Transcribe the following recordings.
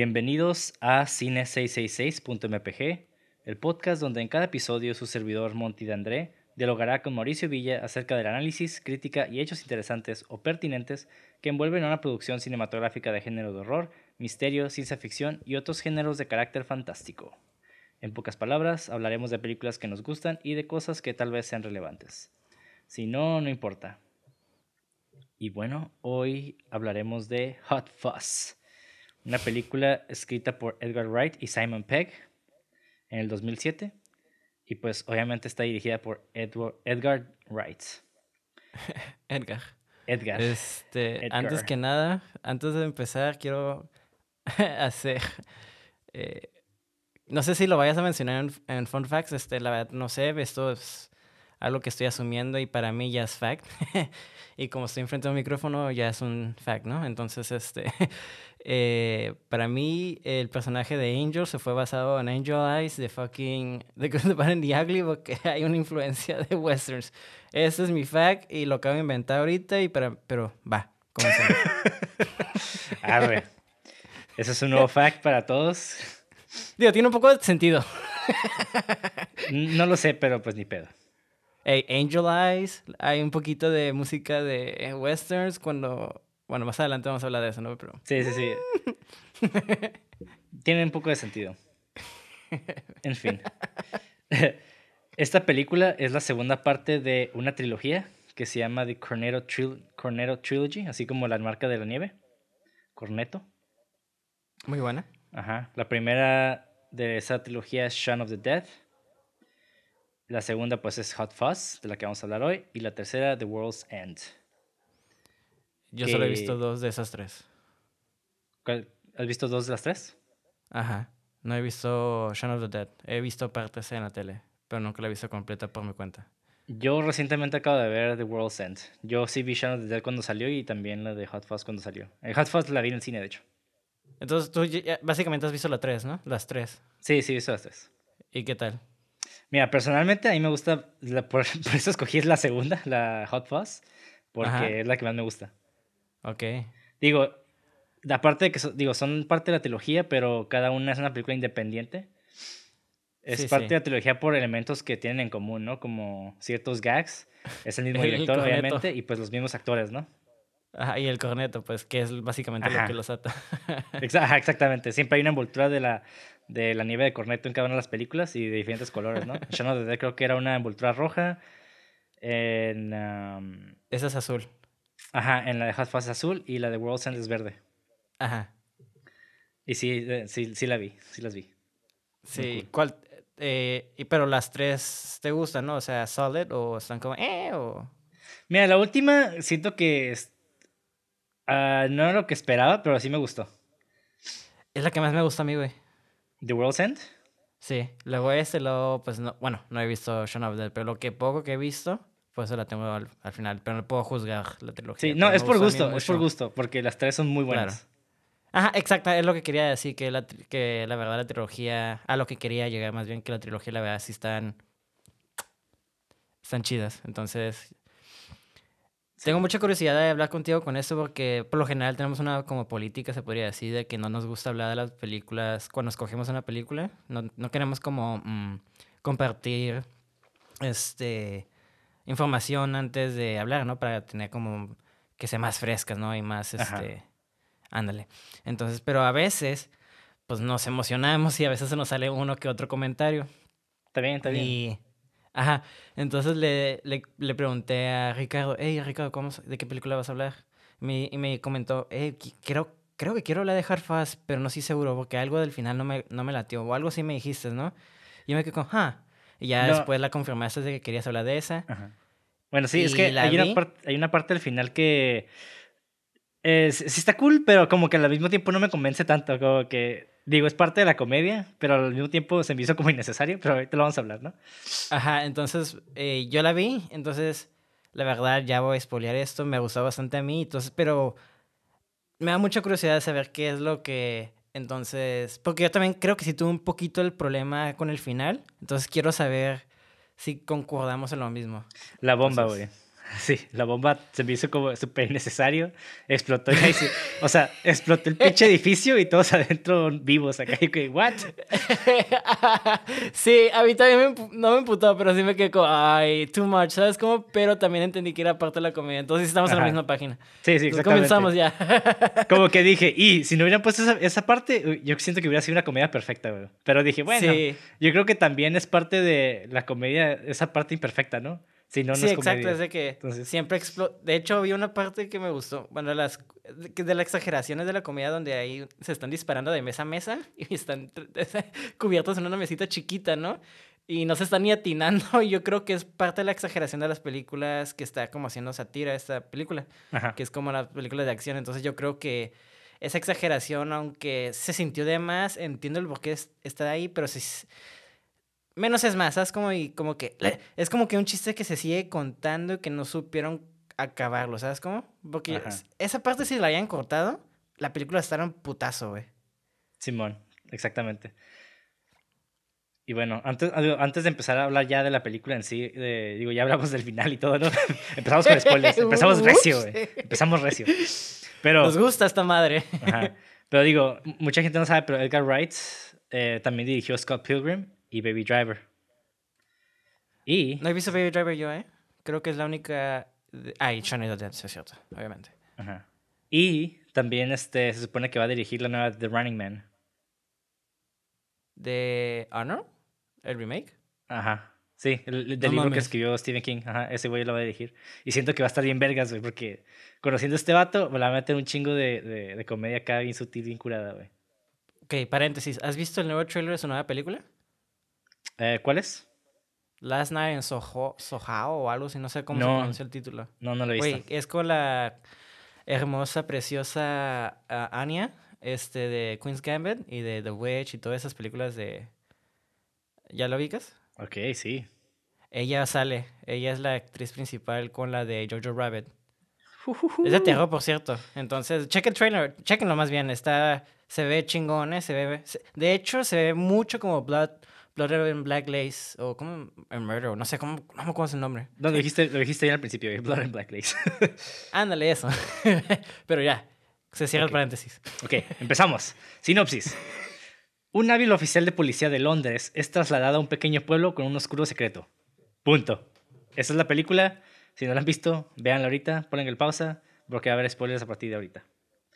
Bienvenidos a Cine666.mpg, el podcast donde en cada episodio su servidor Monty de André dialogará con Mauricio Villa acerca del análisis, crítica y hechos interesantes o pertinentes que envuelven a una producción cinematográfica de género de horror, misterio, ciencia ficción y otros géneros de carácter fantástico. En pocas palabras, hablaremos de películas que nos gustan y de cosas que tal vez sean relevantes. Si no, no importa. Y bueno, hoy hablaremos de Hot Fuzz, una película escrita por Edgar Wright y Simon Pegg en el 2007 y pues obviamente está dirigida por Edgar Wright. Edgar. Edgar. Antes que nada, antes de empezar, quiero hacer... no sé si lo vayas a mencionar en Fun Facts, la verdad no sé, esto es algo que estoy asumiendo y para mí ya es fact. Y como estoy enfrente de un micrófono, ya es un fact, ¿no? Entonces, para mí, el personaje de Angel se fue basado en Angel Eyes de The Good, the Bad and the Ugly, porque hay una influencia de westerns. Ese es mi fact y lo acabo de inventar ahorita, pero va, comencemos. Arre. Ese es un nuevo fact para todos. Digo, tiene un poco de sentido. No lo sé, pero pues ni pedo. Hey, Angel Eyes, hay un poquito de música de westerns cuando... Bueno, más adelante vamos a hablar de eso, ¿no? Pero... Sí. Tiene un poco de sentido. En fin. Esta película es la segunda parte de una trilogía que se llama The Cornetto Trilogy, así como la marca de la nieve. Cornetto. Muy buena. Ajá. La primera de esa trilogía es Shaun of the Dead. La segunda pues es Hot Fuzz, de la que vamos a hablar hoy. Y la tercera, The World's End. Yo solo he visto 2 de esas 3. ¿Has visto 2 de las 3? Ajá. No he visto Shaun of the Dead. He visto partes en la tele, pero nunca la he visto completa por mi cuenta. Yo recientemente acabo de ver The World's End. Yo sí vi Shaun of the Dead cuando salió y también la de Hot Fuzz cuando salió. Hot Fuzz la vi en el cine, de hecho. Entonces tú básicamente has visto la 3, ¿no? Las 3. Sí, he visto las 3. ¿Y qué tal? Mira, personalmente a mí me gusta, por eso escogí la segunda, la Hot Fuzz, porque Ajá. es la que más me gusta. Ok. Digo, aparte de que son parte de la trilogía, pero cada una es una película independiente. Es Sí, parte sí. de la trilogía por elementos que tienen en común, ¿no? Como ciertos gags. Es el mismo El director, corneto. obviamente, y pues los mismos actores, ¿no? Ajá, y el corneto, pues, que es básicamente lo que Ajá. los ata. Ajá, exactamente. Siempre hay una envoltura de la nieve de corneto en cada una de las películas y de diferentes colores, ¿no? Shaun of the Dead creo que era una envoltura roja. Esa es azul. Ajá, en la de Hot Fuzz es azul y la de World's End es verde. Ajá. Y sí la vi, sí las vi. Muy Sí, cool. ¿cuál? Pero las 3 te gustan, ¿no? O sea, Solid o están como, o... Mira, la última siento que no era lo que esperaba, pero sí me gustó. Es la que más me gusta a mí, güey. ¿The World's End? Sí, luego luego, pues, no, bueno, no he visto Shaun of the Dead, pero lo que poco que he visto, pues eso la tengo al final, pero no puedo juzgar la Sí, trilogía, no, pero me gustó a mí es por mucho, gusto, porque las tres son muy claro. buenas. Ajá, exacto, es lo que quería decir, que la verdad la trilogía, a lo que quería llegar más bien, que la trilogía la verdad sí están chidas, entonces... Sí. Tengo mucha curiosidad de hablar contigo con esto porque por lo general tenemos una como política, se podría decir, de que no nos gusta hablar de las películas cuando escogemos una película. No queremos como compartir información antes de hablar, ¿no? Para tener como que sea más frescas, ¿no? Y más, Ajá. ándale. Entonces, pero a veces, pues nos emocionamos y a veces se nos sale uno que otro comentario. Está bien, está bien. Y... Ajá, entonces le pregunté a Ricardo, hey Ricardo, ¿de qué película vas a hablar? Y me comentó, hey, creo que quiero hablar de Hard Fast, pero no estoy seguro, porque algo del final no me latió, o algo así me dijiste, ¿no? Y yo me quedé con, y ya No. después la confirmaste de que querías hablar de esa, Ajá. Bueno, sí, es y que la vi. hay una parte del final que sí está cool, pero como que al mismo tiempo no me convence tanto. Como que, digo, es parte de la comedia, pero al mismo tiempo se me hizo como innecesario, pero ahorita lo vamos a hablar, ¿no? Ajá, entonces yo la vi, entonces la verdad ya voy a spoilear esto, me gustó bastante a mí, entonces, pero... Me da mucha curiosidad de saber qué es lo que... Entonces... Porque yo también creo que sí tuve un poquito el problema con el final. Entonces quiero saber si concordamos en lo mismo. La bomba, Entonces... güey. Sí, la bomba se me hizo como súper innecesario. Explotó o sea, explotó el pinche edificio y todos adentro vivos acá. Y que, ¿what? Sí, a mí también no me emputó, pero sí me quedé como, ay, too much, ¿sabes cómo? Pero también entendí que era parte de la comedia. Entonces estamos en la Ajá. misma página. Sí, sí, Entonces exactamente. comenzamos ya. Como que dije, y si no hubieran puesto esa parte, yo siento que hubiera sido una comedia perfecta, güey. Pero dije, bueno, Sí. yo creo que también es parte de la comedia, esa parte imperfecta, ¿no? Si no, no Sí, es exacto, comedia. es de que Entonces, siempre De hecho, vi una parte que me gustó, bueno, de las exageraciones de la comida donde ahí se están disparando de mesa a mesa y están cubiertos en una mesita chiquita, ¿no? Y no se están ni atinando. Yo creo que es parte de la exageración de las películas que está como haciendo sátira a esta película, ajá. que es como las películas de acción. Entonces yo creo que esa exageración, aunque se sintió de más, entiendo el por qué está ahí, pero menos es más, ¿sabes? Como que es como que un chiste que se sigue contando y que no supieron acabarlo, ¿sabes cómo? Porque Ajá. esa parte si la hayan cortado, la película estaría un putazo, güey. Simón, exactamente. Y bueno, antes de empezar a hablar ya de la película en sí, digo, ya hablamos del final y todo, ¿no? Empezamos con spoilers, empezamos recio, Ups. güey. Empezamos recio. Pero, Nos gusta esta madre. ajá. Pero digo, mucha gente no sabe, pero Edgar Wright también dirigió Scott Pilgrim y Baby Driver. Y, No he visto Baby Driver yo, ¿eh? Creo que es la única... y Shaun of the Dead, sí es cierto, obviamente. ajá. Y también se supone que va a dirigir la nueva The Running Man. ¿De Honor? ¿El remake? Ajá. Sí, el del No libro que mames. escribió Stephen King. Ajá, ese güey lo va a dirigir. Y siento que va a estar bien vergas, güey, porque conociendo a este vato, me la va a meter un chingo de comedia acá bien sutil, bien curada, güey. Ok, paréntesis. ¿Has visto el nuevo trailer de su nueva película? ¿Cuál es? Last Night in Soho o algo así, no sé cómo se No, pronuncia el título. no lo he visto. Güey, es con la hermosa, preciosa Anya, de Queen's Gambit y de The Witch y todas esas películas de... ¿Ya lo ubicas? Ok, sí. Ella sale, ella es la actriz principal con la de Jojo Rabbit. Es de Ujujú. terror, por cierto. Entonces, check el trailer, chequenlo más bien, se ve chingón, de hecho, se ve mucho como Blood and Black Lace, o como Murder, no sé cómo, no me acuerdo su nombre. No, lo dijiste ya al principio, güey. Blood and Black Lace. Ándale, eso. Pero ya, se cierra el Ok, paréntesis. ok, empezamos. Sinopsis. Un hábil oficial de policía de Londres es trasladado a un pequeño pueblo con un oscuro secreto. Punto. Esa es la película. Si no la han visto, véanla ahorita, pongan el pausa, porque va a haber spoilers a partir de ahorita.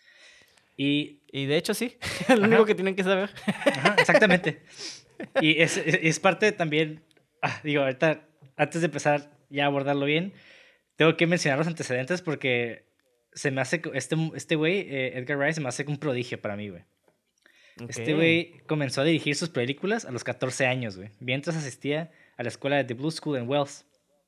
Y, Y de hecho sí, es lo único ajá, que tienen que saber. ajá, exactamente. Y es parte también, digo, ahorita, antes de empezar ya a abordarlo bien, tengo que mencionar los antecedentes porque se me hace, este güey, Edgar Wright, se me hace un prodigio para mí, güey. Ok, Este güey comenzó a dirigir sus películas a los 14 años, güey, mientras asistía a la escuela de The Blue School en Wells.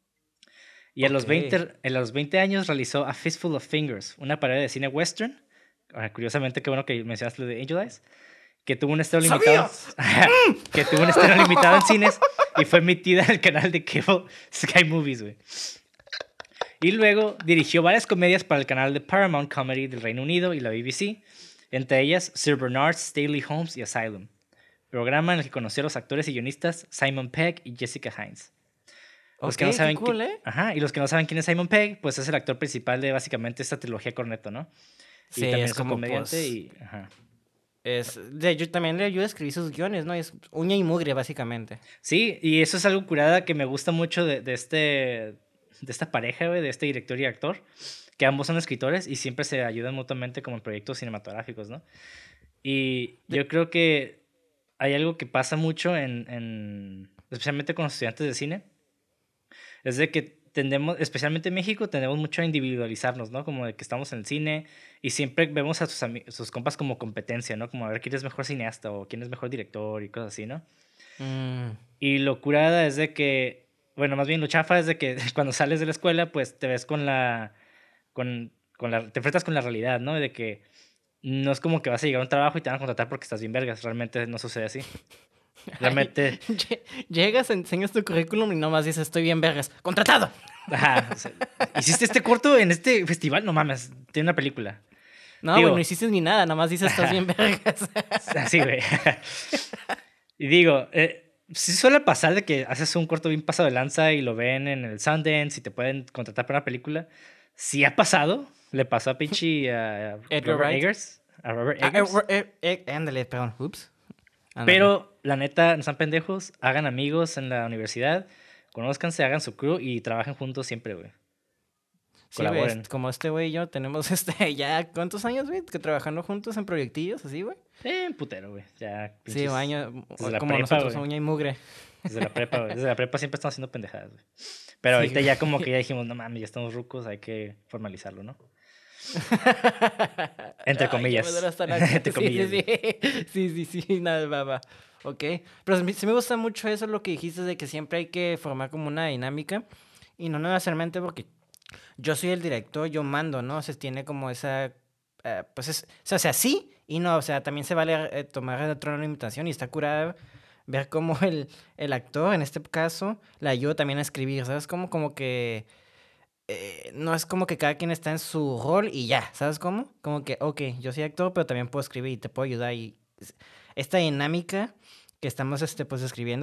Y ok. a los 20 años realizó A Fistful of Fingers, una parodia de cine western. Curiosamente, qué bueno que mencionaste lo de Angel Eyes, que tuvo un estreno limitado, ¡Sabías! que tuvo un estreno limitado en cines y fue emitida en el canal de cable Sky Movies, güey. Y luego dirigió varias comedias para el canal de Paramount Comedy del Reino Unido y la BBC, entre ellas Sir Bernard's Stately Homes y Asylum, programa en el que conoció a los actores y guionistas Simon Pegg y Jessica Hines. Los Ok, que no qué saben cool, ¿eh? Ajá, y los que no saben quién es Simon Pegg, pues es el actor principal de básicamente esta trilogía Cornetto, ¿no? Sí, Y también es es un como, comediante pues, y ajá. también le ayuda a escribir sus guiones, ¿no? Es uña y mugre, básicamente. Sí, y eso es algo curada que me gusta mucho de esta pareja, güey, de este director y actor, que ambos son escritores y siempre se ayudan mutuamente como en proyectos cinematográficos, ¿no? Y De- yo creo que hay algo que pasa mucho especialmente con los estudiantes de cine, es de que tendemos, especialmente en México, tendemos mucho a individualizarnos, ¿no? Como de que estamos en el cine y siempre vemos a sus compas como competencia, ¿no? Como a ver quién es mejor cineasta o quién es mejor director y cosas así, ¿no? Mm, Y lo curada es de que, bueno, más bien lo chafa es de que cuando sales de la escuela, pues te ves te enfrentas con la realidad, ¿no? De que no es como que vas a llegar a un trabajo y te van a contratar porque estás bien vergas, realmente no sucede así. ay, Realmente, llegas, enseñas tu currículum y nomás dices, estoy bien vergas. ¡Contratado! ajá, o sea, hiciste este corto en este festival, no mames, tiene una película. No, güey, no Digo, hiciste ni nada, nomás dices, estás bien vergas. así, güey. Y digo, Sí suele pasar de que haces un corto bien pasado de lanza y lo ven en el Sundance y te pueden contratar para una película. Sí ha pasado. Le pasó a pinche Edgar Robert Wright. Eggers. A Robert Ah, Eggers. ándale, perdón. Ups. Ándale. Pero la neta, no sean pendejos. Hagan amigos en la universidad. Conózcanse, hagan su crew y trabajen juntos siempre, güey. Sí, güey, Colaboren. como este güey y yo tenemos ya, ¿cuántos años, güey? Que trabajando juntos en proyectillos, así, güey. Un putero, güey. Ya, Sí, un pinches. año, Desde la como prepa, nosotros, güey. uña y mugre. Desde la prepa, güey. Desde la prepa siempre estamos haciendo pendejadas, güey. Pero Sí, ahorita ya como que güey. ya dijimos, no mames, ya estamos rucos, hay que formalizarlo, ¿no? Entre Ay, ya me duele comillas. hasta la cara. Entre Sí, sí, comillas, sí. güey. Sí, sí, sí, nada, va, va. Ok. Pero sí me gusta mucho eso, lo que dijiste de que siempre hay que formar como una dinámica. Y no necesariamente porque yo soy el director, yo mando, ¿no? O sea, tiene como esa... pues es... O sea, sí y no. O sea, también se vale tomar retroalimentación y está curada ver cómo el actor, en este caso, le ayuda también a escribir, ¿sabes? Como que... no es como que cada quien está en su rol y ya, ¿sabes cómo? Como que, ok, yo soy actor, pero también puedo escribir y te puedo ayudar. Y esta dinámica que estamos pues escribiendo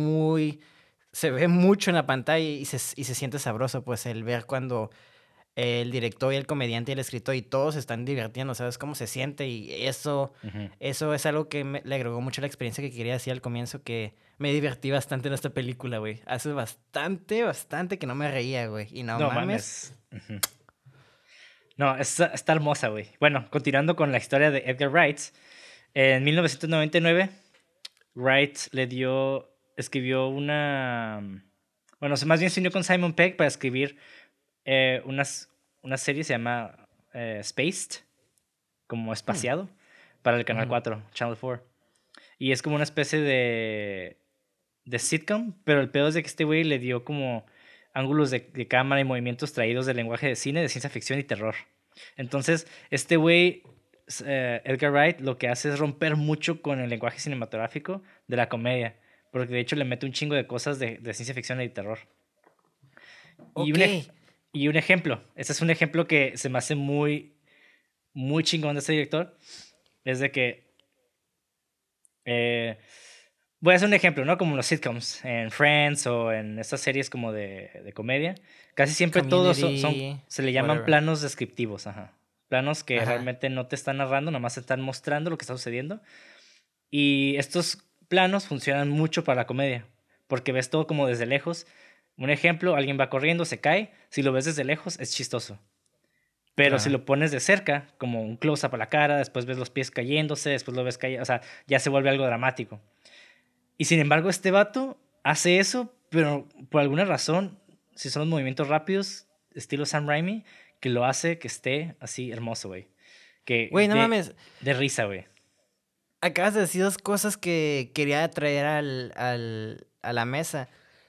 se ve mucho en la pantalla y se siente sabroso, pues el ver cuando el director y el comediante y el escritor y todos se están divirtiendo, ¿sabes cómo se siente? Y Ujú. eso es algo que le agregó mucho a la experiencia que quería decir al comienzo, que me divertí bastante en esta película, güey. Hace bastante que no me reía, güey. Y no No mames. mames. Ujú. No, está hermosa, güey. Bueno, continuando con la historia de Edgar Wright. En 1999, Wright escribió una... Bueno, más bien se unió con Simon Pegg para escribir una serie, se llama Spaced, como Hmm, espaciado, para el Canal ujú. 4, Channel 4. Y es como una especie de sitcom, pero el peor es de que este güey le dio como ángulos de cámara y movimientos traídos del lenguaje de cine, de ciencia ficción y terror. Entonces, este güey, Edgar Wright, lo que hace es romper mucho con el lenguaje cinematográfico de la comedia, porque de hecho le mete un chingo de cosas de ciencia ficción y terror. Y Ok. un ejemplo, este es un ejemplo que se me hace muy chingón de este director, es de que eh, voy a hacer un ejemplo, ¿no? Como en los sitcoms, en Friends o en estas series como de comedia. Casi siempre todos Community, se le llaman whatever. planos descriptivos, ajá. Planos que Ajá. realmente no te están narrando, nomás te están mostrando lo que está sucediendo. Y estos planos funcionan mucho para la comedia, porque ves todo como desde lejos. Un ejemplo, alguien va corriendo, se cae. Si lo ves desde lejos, es chistoso. Pero si Claro. lo pones de cerca, como un close-up a la cara, después ves los pies cayéndose, después lo ves cayendo, o sea, ya se vuelve algo dramático. Y sin embargo, este vato hace eso, pero por alguna razón, si son los movimientos rápidos, estilo Sam Raimi, que lo hace que esté así hermoso, güey. Que Güey, no mames. de risa, güey. Acabas de decir dos cosas que quería traer a la mesa.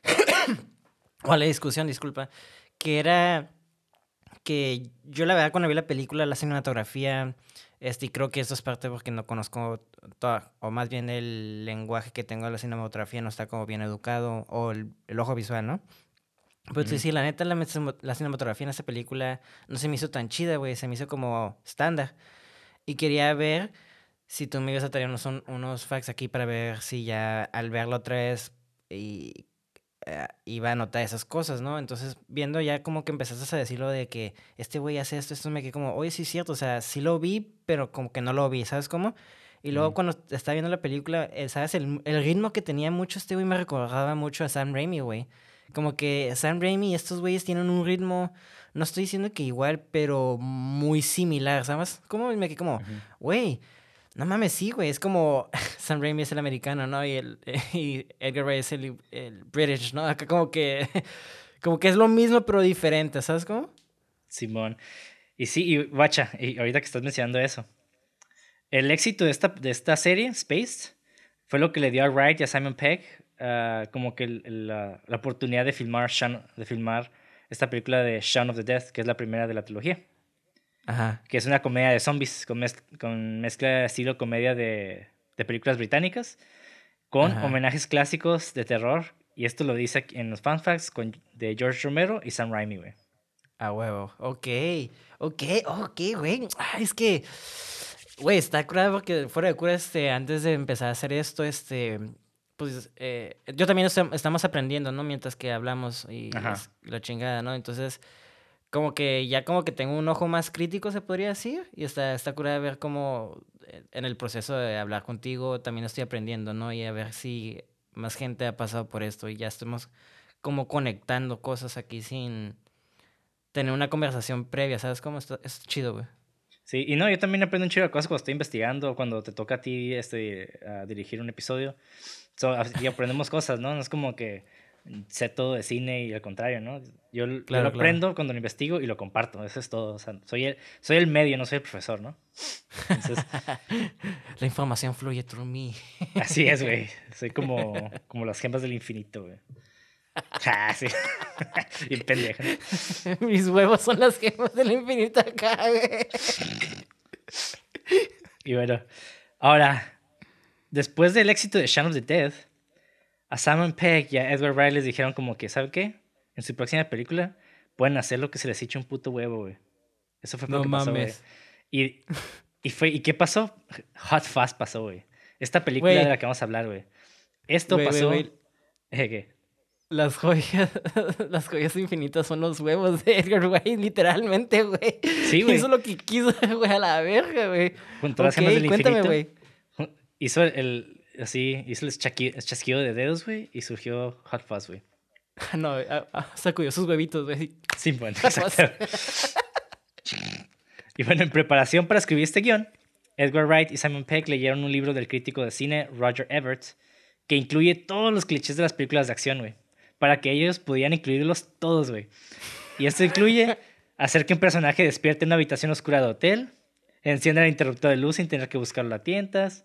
O a la discusión, disculpa. Que era que yo la verdad cuando vi la película, la cinematografía, y creo que eso es parte porque no conozco toda, o más bien el lenguaje que tengo de la cinematografía no está como bien educado, o el ojo visual, ¿no? Pues sí, Ujú. sí, la neta, la cinematografía en esta película no se me hizo tan chida, güey, se me hizo como estándar. Y quería ver si tú me ibas a traer unos facts aquí para ver si ya al verlo otra vez y iba a notar esas cosas, ¿no? Entonces, viendo ya como que empezaste a decirlo de que este güey hace esto me quedé como, oye, sí es cierto, o sea, sí lo vi, pero como que no lo vi, ¿sabes cómo? Y luego Ujú. cuando estaba viendo la película, ¿sabes? El ritmo que tenía mucho este güey me recordaba mucho a Sam Raimi, güey. Como que Sam Raimi y estos güeyes tienen un ritmo, no estoy diciendo que igual, pero muy similar, ¿sabes? Como me quedé como, Ujú. güey, no mames, sí, güey. Es como Sam Raimi es el americano, ¿no? Y Edgar Wright es el British, ¿no? Acá como que, como que es lo mismo, pero diferente, ¿sabes cómo? Simón. Y sí, y guacha, y ahorita que estás mencionando eso, el éxito de esta serie, Spaced, fue lo que le dio a Wright y a Simon Pegg como que la oportunidad de filmar esta película de Shaun of the Dead, que es la primera de la trilogía, Ajá, que es una comedia de zombies con mezcla de estilo comedia de películas británicas, con ajá. homenajes clásicos de terror, y esto lo dice aquí en los fanfacts de George Romero y Sam Raimi, güey. A huevo. Ok, ok, güey. Es que, güey, está curado porque fuera de cura, antes de empezar a hacer esto, pues yo también estamos aprendiendo, ¿no? Mientras que hablamos y Ajá. la chingada, ¿no? Entonces, como que ya como que tengo un ojo más crítico, se podría decir, y está curada ver cómo en el proceso de hablar contigo también estoy aprendiendo, ¿no? Y a ver si más gente ha pasado por esto y ya estamos como conectando cosas aquí sin tener una conversación previa, ¿sabes cómo? Es chido, güey. Sí, y no, yo también aprendo un chido de cosas cuando estoy investigando, cuando te toca a ti a dirigir un episodio. Y aprendemos cosas, ¿no? No es como que sé todo de cine y al contrario, ¿no? Yo lo Claro, claro. aprendo cuando lo investigo y lo comparto, eso es todo. O sea, soy el medio, no soy el profesor, ¿no? Entonces, La información fluye through me. así es, güey. Soy como las gemas del infinito, güey. Ah, sí. Bien pendejo, ¿no? Mis huevos son las gemas del infinito acá, güey. Y bueno, ahora, después del éxito de Shaun of the Dead, a Simon Pegg y a Edgar Wright les dijeron como que, ¿sabe qué? En su próxima película pueden hacer lo que se les eche un puto huevo, güey. Eso fue lo No que pasó, güey. mames. Y, ¿Y qué pasó? Hot Fast pasó, güey. Esta película de Güey, la que vamos a hablar, güey. Esto güey. pasó... ¿Qué? Las joyas, las joyas infinitas son los huevos de Edgar Wright, literalmente, güey. Sí, Hizo güey. lo que quiso, güey, a la verga, güey. Junto a las Ok, gemas del cuéntame, infinito. güey. Hizo el chasquido de dedos, güey. Y surgió Hot Fast, güey. No, sacudió sus huevitos, güey. Sí, bueno, exacto. Y bueno, en preparación para escribir este guión, Edgar Wright y Simon Pegg leyeron un libro del crítico de cine Roger Ebert que incluye todos los clichés de las películas de acción, güey. Para que ellos pudieran incluirlos todos, güey. Y esto incluye hacer que un personaje despierte en una habitación oscura de hotel, encienda el interruptor de luz sin tener que buscarlo a tientas,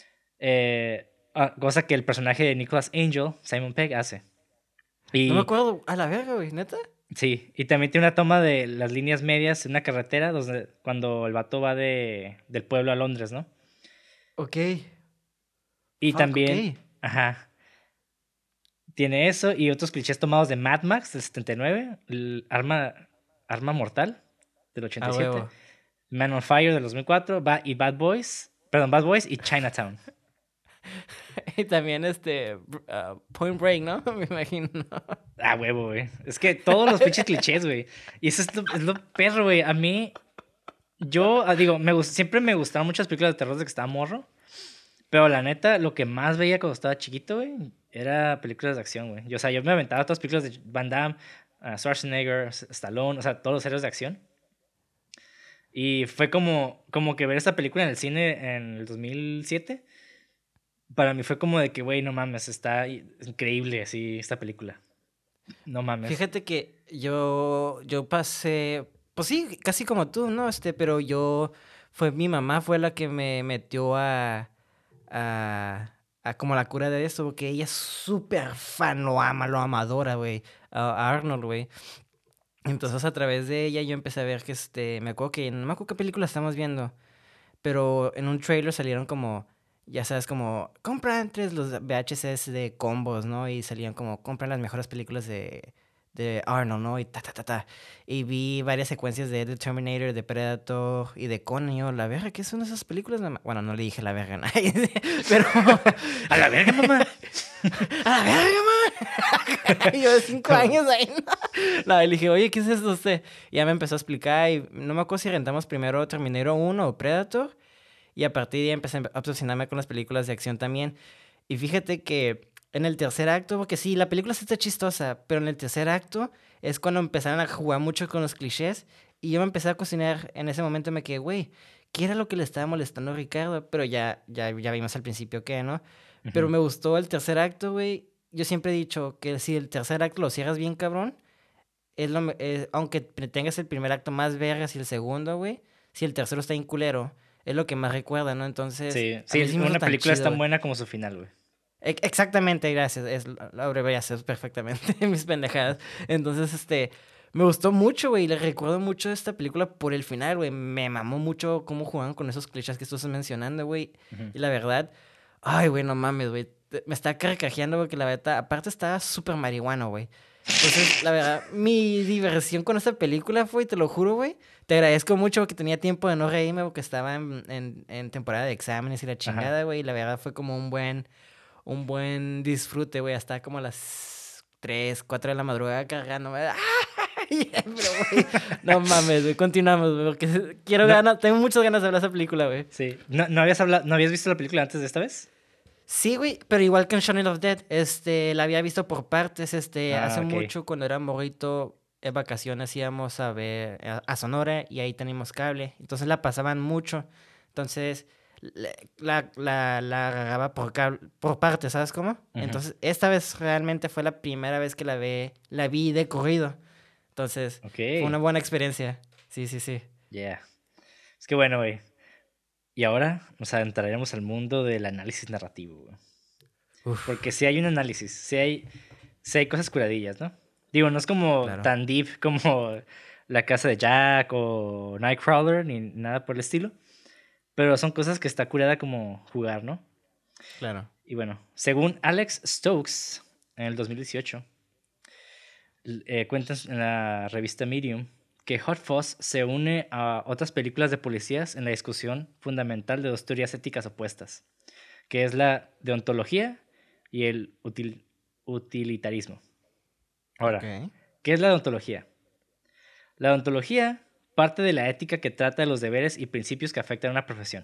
cosa que el personaje de Nicholas Angel, Simon Pegg, hace. No me Y acuerdo, a la verga, güey, neta. sí, y también tiene una toma de las líneas medias en una carretera cuando el vato va del pueblo a Londres, ¿no? Ok, Y fuck, ok. también, ajá, tiene eso y otros clichés tomados de Mad Max del 79, Arma Mortal del A 87, huevo. Man on Fire del 2004, Bad Boys y Chinatown. Y también Point Break, ¿no? Me imagino. Ah, huevo, güey. Es que todos los pinches clichés, güey. Y eso es lo perro, güey. A mí, digo, siempre me gustaron muchas películas de terror desde que estaba morro. Pero la neta, lo que más veía cuando estaba chiquito, güey, era películas de acción, güey. O sea, yo me aventaba todas las películas de Van Damme, Schwarzenegger, Stallone, o sea, todos los héroes de acción. Y fue como que ver esta película en el cine en el 2007, para mí fue como de que, güey, no mames, está increíble así esta película. No mames. Fíjate que yo pasé, pues sí, casi como tú, ¿no? Pero mi mamá fue la que me metió a como la cura de esto, porque ella es súper fan, lo amadora, güey, a Arnold, güey. Entonces a través de ella yo empecé a ver que, me acuerdo que, no me acuerdo qué película estamos viendo, pero en un trailer salieron como, ya sabes, como, compra entre los VHS de combos, ¿no? Y salían como, compra las mejores películas de Arnold, ¿no? Y ta, ta, ta, ta. Y vi varias secuencias de The Terminator, de Predator y de Conan. Y yo, la verga, ¿qué son esas películas? Bueno, no le dije la verga a nadie, pero... ¡A la verga, mamá! ¡A la verga, mamá! Y yo de 5 años ahí, ¿no? No, y le dije, oye, ¿qué es esto usted? Y ya me empezó a explicar y no me acuerdo si rentamos primero Terminator 1 o Predator. Y a partir de ahí empecé a obsesionarme con las películas de acción también. Y fíjate que en el tercer acto, porque sí, la película sí está chistosa, pero en el tercer acto es cuando empezaron a jugar mucho con los clichés. Y yo me empecé a cocinar, en ese momento me quedé, güey, ¿qué era lo que le estaba molestando a Ricardo? Pero ya vimos al principio que, ¿no? Pero Ujú. me gustó el tercer acto, güey. Yo siempre he dicho que si el tercer acto lo cierras bien, cabrón, aunque tengas el primer acto más vergas y el segundo, güey, si el tercero está en culero, es lo que más recuerda, ¿no? Entonces, Sí, a mí sí, sí me hizo una tan película es chido, tan güey. buena como su final, güey. Exactamente, gracias. La abreviación perfectamente mis pendejadas. Entonces, me gustó mucho, güey. Le recuerdo mucho esta película por el final, güey. Me mamó mucho cómo jugaban con esos clichés que tú estás mencionando, güey. Ujú. Y la verdad, ay, güey, no mames, güey. Me está carcajeando porque la verdad, aparte estaba súper marihuano, güey. Entonces, la verdad, mi diversión con esta película fue, te lo juro, güey. Te agradezco mucho porque tenía tiempo de no reírme porque estaba en temporada de exámenes y la Ajá. chingada, güey. Y la verdad fue como un buen disfrute, güey, hasta como a las 3, 4 de la madrugada cargando. Pero, güey, no mames, güey, continuamos, güey, porque tengo muchas ganas de hablar de esa película, güey. Sí. ¿No habías visto la película antes de esta vez? Sí, güey, pero igual que en Shaun of the Dead, la había visto por partes, hace Ok. mucho, cuando era morrito, en vacaciones íbamos a ver a Sonora y ahí teníamos cable, entonces la pasaban mucho, entonces la agarraba por partes, ¿sabes cómo? Ujú. Entonces, esta vez realmente fue la primera vez que la vi de corrido, entonces, Ok. fue una buena experiencia, sí, sí, sí. Yeah. Es que bueno, güey. Y ahora nos adentraremos al mundo del análisis narrativo, güey. Porque Uf, si hay un análisis, si hay cosas curadillas, ¿no? Digo, no es como claro, tan deep como La Casa de Jack o Nightcrawler, ni nada por el estilo. Pero son cosas que está curada como jugar, ¿no? claro. Y bueno, según Alex Stokes, en el 2018, cuentan en la revista Medium que Hot Fuzz se une a otras películas de policías en la discusión fundamental de dos teorías éticas opuestas, que es la deontología y el utilitarismo. Ok. Ahora, ¿qué es la deontología? La deontología parte de la ética que trata de los deberes y principios que afectan a una profesión.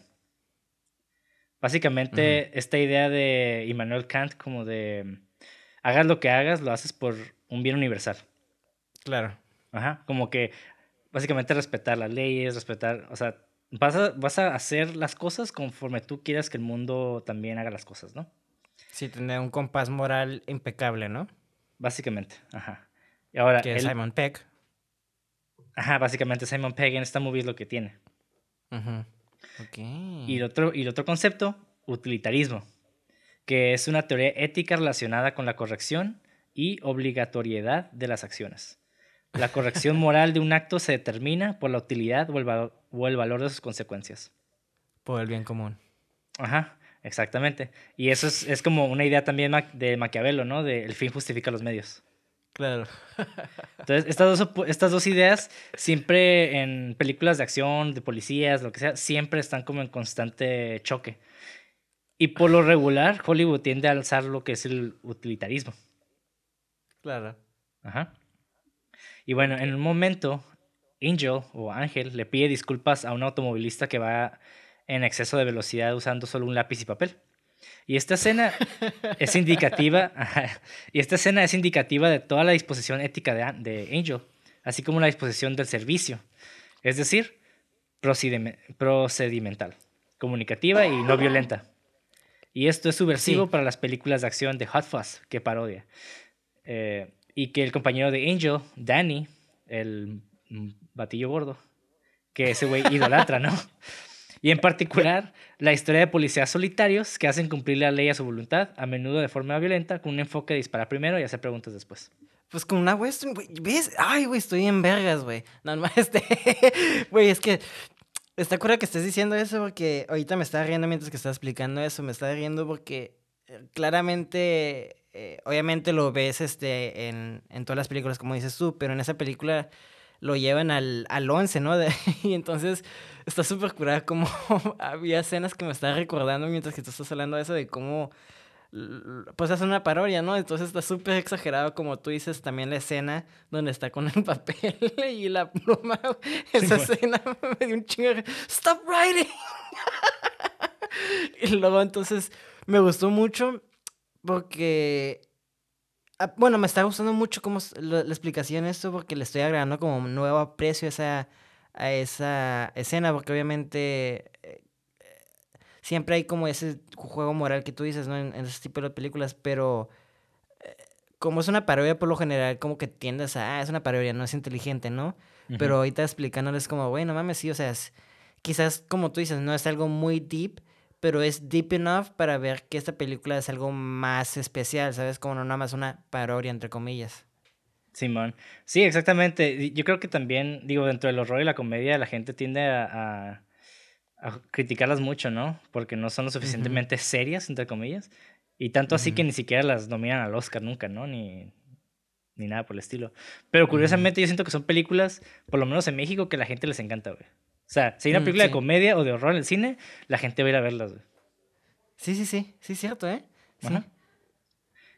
Ujú, Básicamente, esta idea de Immanuel Kant como de hagas lo que hagas, lo haces por un bien universal. claro. Ajá, como que básicamente respetar las leyes, respetar, o sea, vas a hacer las cosas conforme tú quieras que el mundo también haga las cosas, ¿no? Sí, tener un compás moral impecable, ¿no? Básicamente, ajá. Y ahora, Que es Simon Peck. básicamente Simon Pegg en esta movie es lo que tiene. Ujú. Ok. Y el otro concepto, utilitarismo, que es una teoría ética relacionada con la corrección y obligatoriedad de las acciones. La corrección moral de un acto se determina por la utilidad o el valor de sus consecuencias. Por el bien común. Ajá, exactamente. Y eso es como una idea también de Maquiavelo, ¿no? De el fin justifica los medios. Claro. Entonces, estas dos ideas siempre en películas de acción, de policías, lo que sea, siempre están como en constante choque. Y por lo regular, Hollywood tiende a alzar lo que es el utilitarismo. Claro. Ajá. Y bueno, Ok. en un momento, Angel o Ángel le pide disculpas a un automovilista que va en exceso de velocidad usando solo un lápiz y papel. Y esta escena es indicativa, ajá, y esta escena es indicativa de toda la disposición ética de Angel, así como la disposición del servicio, es decir, procedimental, comunicativa y no violenta. Y esto es Sí. subversivo para las películas de acción de Hot Fuzz, que parodia. Y que el compañero de Angel, Danny, el batillo gordo, que ese güey idolatra, ¿no? Y en particular, la historia de policías solitarios que hacen cumplir la ley a su voluntad, a menudo de forma violenta, con un enfoque de disparar primero y hacer preguntas después. Pues con una western, güey. ¿Ves? Ay, güey, estoy en vergas, güey. No, no, Güey, es que. Está cura que estés diciendo eso porque ahorita me estaba riendo mientras que estaba explicando eso. Me estaba riendo porque claramente, obviamente lo ves en todas las películas, como dices tú, pero en esa película lo llevan al 11, ¿no? Y entonces está súper curada como había escenas que me estaba recordando mientras que tú estás hablando de eso, de cómo pues hace una parodia, ¿no? Entonces está súper exagerado, como tú dices, también la escena donde está con el papel y la pluma. Sí, Esa bueno. escena me dio un chingo de... ¡Stop writing! Y luego entonces me gustó mucho porque... bueno, me está gustando mucho como la explicación de esto porque le estoy agregando como un nuevo aprecio a esa escena porque obviamente siempre hay como ese juego moral que tú dices, ¿no? En ese tipo de películas, pero como es una parodia por lo general, como que tiendes a, es una parodia, no es inteligente, ¿no? Ujú. Pero ahorita explicándoles como, bueno, mames, sí, o sea, quizás como tú dices, no es algo muy deep, pero es deep enough para ver que esta película es algo más especial, ¿sabes? Como no nada más una parodia, entre comillas. Simón. Sí, exactamente. Y yo creo que también, digo, dentro del horror y la comedia, la gente tiende a criticarlas mucho, ¿no? Porque no son lo Ujú, suficientemente serias, entre comillas. Y tanto así que ujú, ni siquiera las nominan al Oscar nunca, ¿no? Ni nada por el estilo. Pero ujú. curiosamente yo siento que son películas, por lo menos en México, que a la gente les encanta, güey. O sea, si hay una película de Sí, comedia o de horror en el cine, la gente va a ir a verlas, güey. sí, sí, sí, sí, cierto, ¿eh? Ajá. Sí.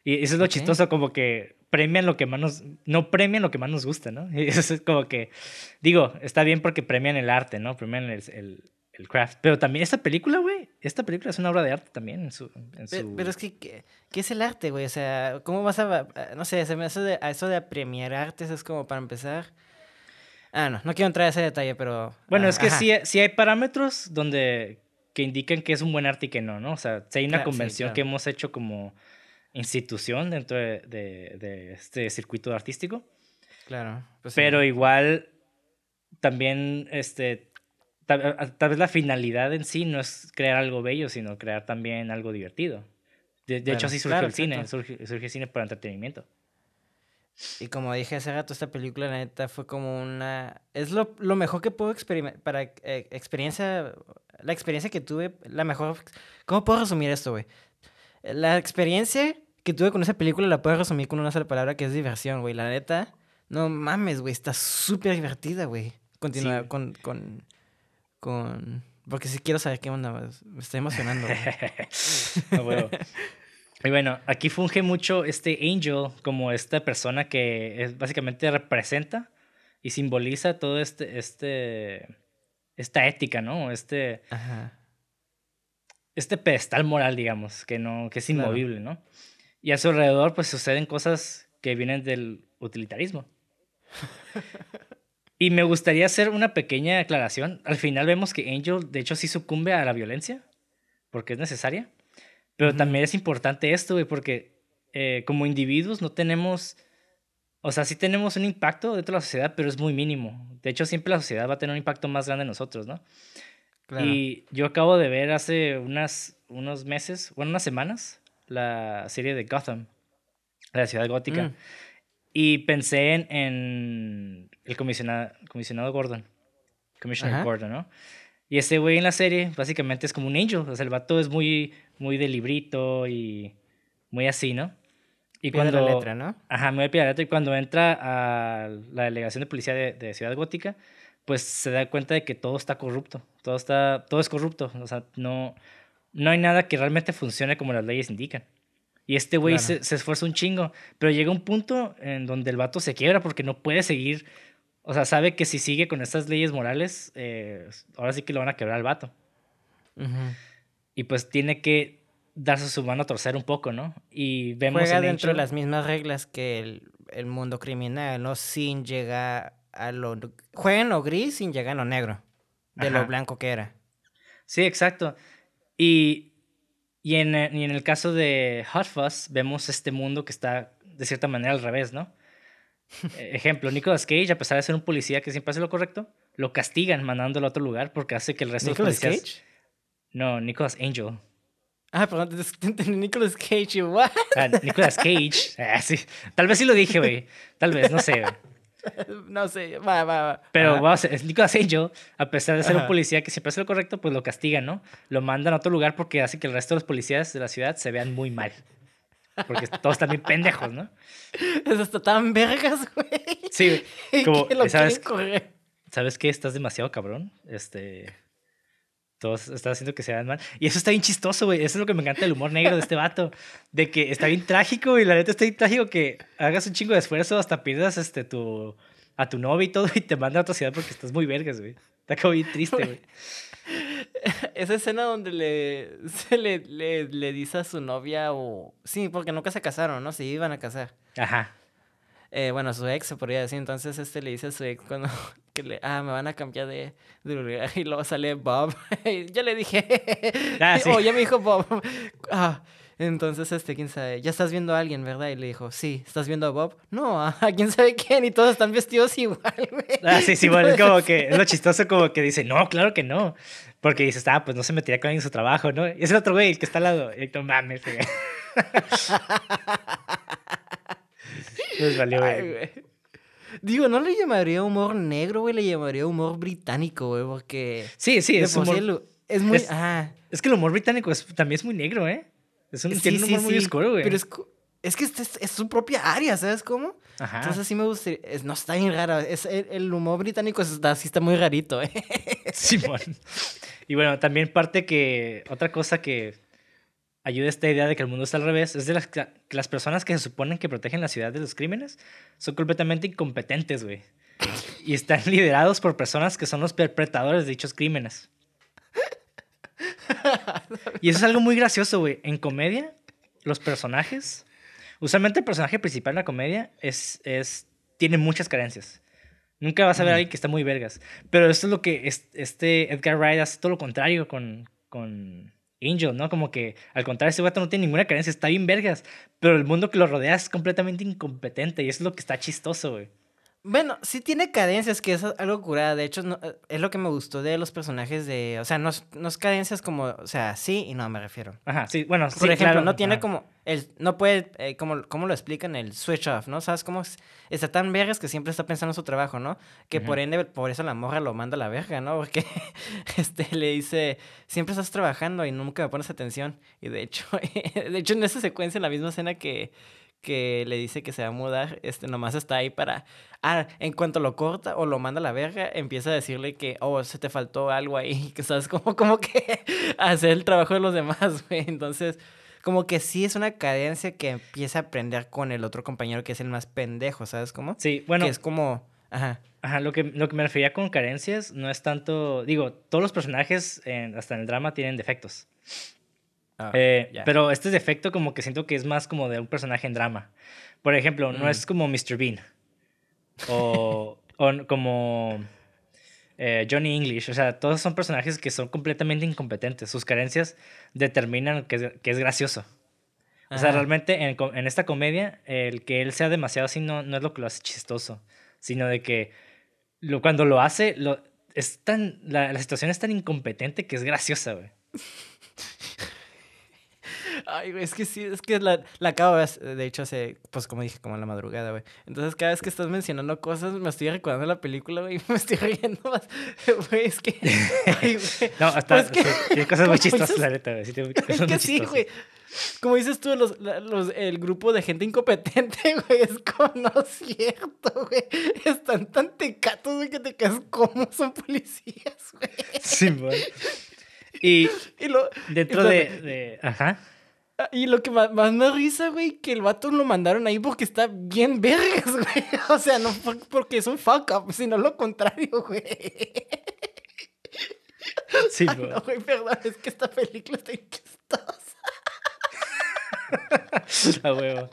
Y eso es lo Ok. chistoso, como que premian lo que más no premian lo que más nos gusta, ¿no? Y eso es como que, digo, está bien porque premian el arte, ¿no? Premian el craft. Pero también esta película es una obra de arte también en Pero su... es que, ¿qué es el arte, güey? O sea, ¿cómo vas no sé, se me hace a eso de premiar artes es como para empezar. Ah, no quiero entrar a ese detalle, pero... Bueno, es que ajá, sí hay parámetros que indican que es un buen arte y que no, ¿no? O sea, si hay una claro, sí, convención que claro, hemos hecho como institución dentro de este circuito artístico, claro, pues sí. pero igual también tal vez la finalidad en sí no es crear algo bello, sino crear también algo divertido. De hecho, Claro, así surgió claro, el cine, exacto. surge el cine para entretenimiento. Y como dije hace rato, esta película, la neta, fue como una... Es lo mejor que puedo experimentar, para experiencia, la experiencia que tuve, la mejor... ¿Cómo puedo resumir esto, güey? La experiencia que tuve con esa película la puedo resumir con una sola palabra, que es diversión, güey. La neta, no mames, güey, está súper divertida, güey. Sí. Continúa Porque sí quiero saber qué onda, me estoy emocionando, güey. A huevo. Y bueno, aquí funge mucho este Angel como esta persona que básicamente representa y simboliza todo esta ética, ¿no? Ajá, Este pedestal moral, digamos, que es claro. inmovible, ¿no? Y a su alrededor, pues suceden cosas que vienen del utilitarismo. Y me gustaría hacer una pequeña aclaración. Al final vemos que Angel, de hecho, sí sucumbe a la violencia, porque es necesaria. Pero Ujú, también es importante esto, güey, porque como individuos no tenemos, o sea, sí tenemos un impacto dentro de la sociedad, pero es muy mínimo. De hecho, siempre la sociedad va a tener un impacto más grande en nosotros, ¿no? claro. Y yo acabo de ver hace unos meses, bueno, unas semanas, la serie de Gotham, la ciudad gótica. Mm, Y pensé en el comisionado Gordon, Commissioner ajá. Gordon, ¿no? Y ese güey en la serie básicamente es como un angel, o sea, el vato es muy de librito y muy así, ¿no? Y Pie de la letra, cuando, ¿no? ajá, muy de pie de la letra, y cuando entra a la delegación de policía de Ciudad Gótica, pues se da cuenta de que todo está corrupto, todo es corrupto, o sea, no hay nada que realmente funcione como las leyes indican. Y este güey Claro. se esfuerza un chingo, pero llega un punto en donde el vato se quiebra porque no puede seguir, o sea, sabe que si sigue con estas leyes morales, ahora sí que lo van a quebrar al vato. Ujú. Y pues tiene que darse su mano a torcer un poco, ¿no? Y vemos Juega en dentro de Angel, las mismas reglas que el mundo criminal, ¿no? Sin llegar juega en lo gris sin llegar a lo negro. De lo ajá, blanco que era. sí, exacto. Y, y en el caso de Hot Fuzz, vemos este mundo que está de cierta manera al revés, ¿no? Ejemplo, Nicolas Cage, a pesar de ser un policía que siempre hace lo correcto, lo castigan mandándolo a otro lugar porque hace que el resto de los ¿Nicolas policías... Cage? No, Nicolas Angel. Ah, perdón, te entendí Nicolas Cage y what? Ah, Nicolas Cage. Ah, sí. Tal vez sí lo dije, güey. Tal vez, no sé, güey. No sé, va. Pero Ajá, vamos, es Nicolas Angel, a pesar de ser un ajá. policía que siempre hace lo correcto, pues lo castigan, ¿no? Lo mandan a otro lugar porque hace que el resto de los policías de la ciudad se vean muy mal. Porque todos están bien pendejos, ¿no? Eso está tan vergas, Sí, güey. güey. Como, Que lo quieren correr. ¿sabes qué? Estás demasiado cabrón. Todos están haciendo que se vean mal. Y eso está bien chistoso, güey. Eso es lo que me encanta del humor negro de este vato. De que está bien trágico y la neta está bien trágico que hagas un chingo de esfuerzo hasta pierdas a tu novia y todo y te mandan a otra ciudad porque estás muy vergas, güey. Está como bien triste, güey. Esa escena donde le dice a su novia o... Sí, porque nunca se casaron, ¿no? Se iban a casar. Ajá. Bueno, su ex se podría decir. Entonces le dice a su ex cuando... me van a cambiar de lugar. Y luego sale Bob. Y yo le dije... Ah, sí. Oh, ya me dijo Bob. Ah, entonces, quién sabe. Ya estás viendo a alguien, ¿verdad? Y le dijo, sí. ¿Estás viendo a Bob? No, a quién sabe quién. Y todos están vestidos igual, güey. Ah, sí, sí, bueno, es Entonces, como que es lo chistoso como que dice, no, claro que no. Porque dices, pues no se metería con alguien en su trabajo, ¿no? Y es el otro güey, el que está al lado. Y no mames, güey. Nos valió, ay, güey. güey. Digo, no le llamaría humor negro, güey, le llamaría humor británico, güey, porque Sí, sí, de es por sí humor. es muy... Es, Ah, es que el humor británico también es muy negro, ¿eh? Tiene sí, un sí, humor muy sí, oscuro, pero güey. es que es su propia área, ¿sabes cómo? Ajá. Entonces sí me gusta, no está bien raro, el humor británico sí está muy rarito, ¿eh? Simón. Y bueno, también otra cosa que ayuda esta idea de que el mundo está al revés es de que las personas que se suponen que protegen la ciudad de los crímenes son completamente incompetentes, güey. Y están liderados por personas que son los perpetradores de dichos crímenes. Y eso es algo muy gracioso, güey. En comedia, los personajes... Usualmente el personaje principal en la comedia tiene muchas carencias. Nunca vas a ver a alguien que está muy vergas. Pero esto es lo que este Edgar Wright hace todo lo contrario con Angel, ¿no? Como que al contrario, ese vato no tiene ninguna carencia, está bien vergas. Pero el mundo que lo rodea es completamente incompetente y eso es lo que está chistoso, güey. Bueno, sí tiene cadencias, que es algo curada. De hecho, es lo que me gustó de los personajes de... O sea, no es cadencias como... O sea, sí y no me refiero. Ajá, sí, bueno, sí, Por ejemplo, claro. no tiene Ajá. como... No puede... ¿cómo lo explican? El switch off, ¿no? ¿Sabes cómo está tan vergas que siempre está pensando en su trabajo, ¿no? Que por ende, por eso la morra lo manda a la verga, ¿no? Porque le dice... Siempre estás trabajando y nunca me pones atención. Y de hecho, en esa secuencia, en la misma escena que le dice que se va a mudar, nomás está ahí para... en cuanto lo corta o lo manda a la verga, empieza a decirle que, se te faltó algo ahí, que sabes, como que hacer el trabajo de los demás, güey. Entonces, como que sí es una cadencia que empieza a aprender con el otro compañero que es el más pendejo, ¿sabes cómo? Sí, bueno. Que es como... Ajá. Ajá, lo que me refería con carencias no es tanto... Digo, todos los personajes, hasta en el drama, tienen defectos. Yeah. Pero este defecto como que siento que es más como de un personaje en drama. Por ejemplo, no es como Mr. Bean. O como Johnny English. O sea, todos son personajes que son completamente incompetentes. Sus carencias determinan que es gracioso. O sea, realmente en esta comedia, el que él sea demasiado así no es lo que lo hace chistoso. Sino de que cuando lo hace, la situación es tan incompetente que es graciosa, güey. Ay, güey, es que sí, es que la acabo de ver, de hecho, pues como dije, como en la madrugada, güey. Entonces, cada vez que estás mencionando cosas, me estoy recordando la película, güey, y me estoy riendo más. Güey, es que... Ay, güey. No, hasta Pues tiene cosas muy chistosas, la neta, güey. Sí, tiene cosas es muy que sí, chistosas. güey. Como dices tú, el grupo de gente incompetente, güey, es como no es cierto, güey. Están tan tecatos, güey, que te quedas como son policías, güey. Sí, güey. Y lo, dentro de... Ajá. Y lo que más me risa, güey, que el vato lo mandaron ahí porque está bien vergas, güey. O sea, no porque es un fuck up, sino lo contrario, güey. Sí, Ay, no, güey, perdón, es que esta película está chistosa. A huevo.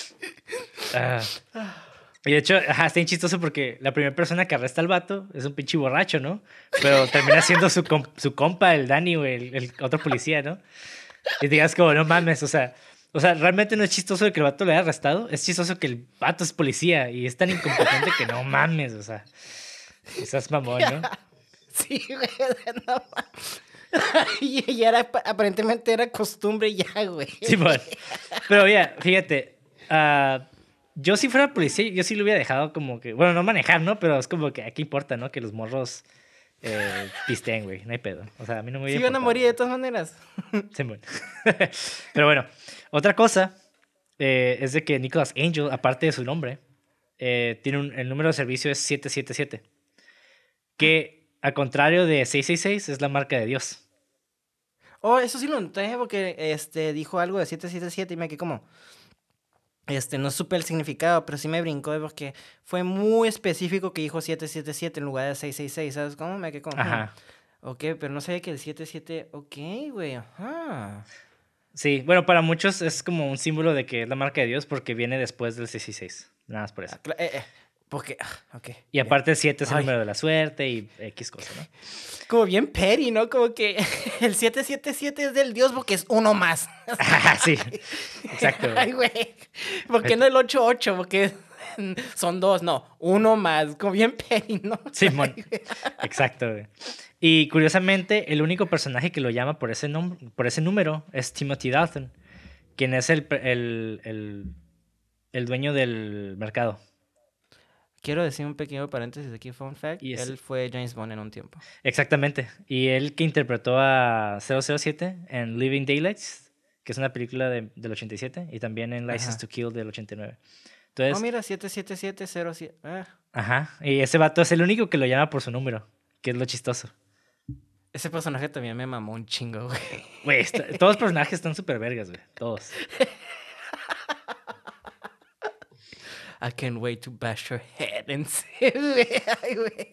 Y de hecho, está bien chistoso porque la primera persona que arresta al vato es un pinche borracho, ¿no? Pero termina siendo su compa, el Danny, güey, el otro policía, ¿no? Y digas como, no mames, o sea, realmente no es chistoso de que el vato le haya arrestado, es chistoso que el vato es policía y es tan incompetente que no mames, o sea, quizás mamón, ¿no? Sí, güey, no mames. Y aparentemente era costumbre ya, güey. Sí, bueno. Pero ya, fíjate, yo si fuera policía, yo sí lo hubiera dejado como que, bueno, no manejar, ¿no? Pero es como que aquí importa, ¿no? Que los morros pisteen, güey, no hay pedo. O sea, a mí no me hubiera Sí van a morir de todas maneras. Sí, bueno. Pero bueno, otra cosa es de que Nicholas Angel, aparte de su nombre, tiene el número de servicio es 777. Que, al contrario de 666, es la marca de Dios. Eso sí lo noté porque dijo algo de 777 y me quedé como... no supe el significado, pero sí me brincó porque fue muy específico que dijo 777 en lugar de 666, ¿sabes cómo? Me quedé como... Ajá. Ok, pero no sabía que el 77... Ok, güey, ajá. Sí, bueno, para muchos es como un símbolo de que es la marca de Dios porque viene después del 666. Nada más por eso. Porque... ok. Y aparte el 7 es el Ay. número de la suerte y X cosa, ¿no? Como bien petty, ¿no? Como que el 777 es del Dios porque es uno más. Sí, exacto. Ay, güey. ¿Por qué no el 88? Porque son dos, no, uno más. Como bien petty, ¿no? Sí, exacto, güey. Y curiosamente, el único personaje que lo llama por ese número es Timothy Dalton, quien es el dueño del mercado. Quiero decir un pequeño paréntesis aquí, fun fact. Él fue James Bond en un tiempo. Exactamente. Y él que interpretó a 007 en Living Daylights, que es una película del 87, y también en License to Kill del 89. Entonces, mira, 77707. Ajá. Y ese vato es el único que lo llama por su número, que es lo chistoso. Ese personaje también me mamó un chingo, güey. Güey, todos los personajes están súper vergas, güey. Todos. I can't wait to bash your head. En serio, güey. Ay, güey.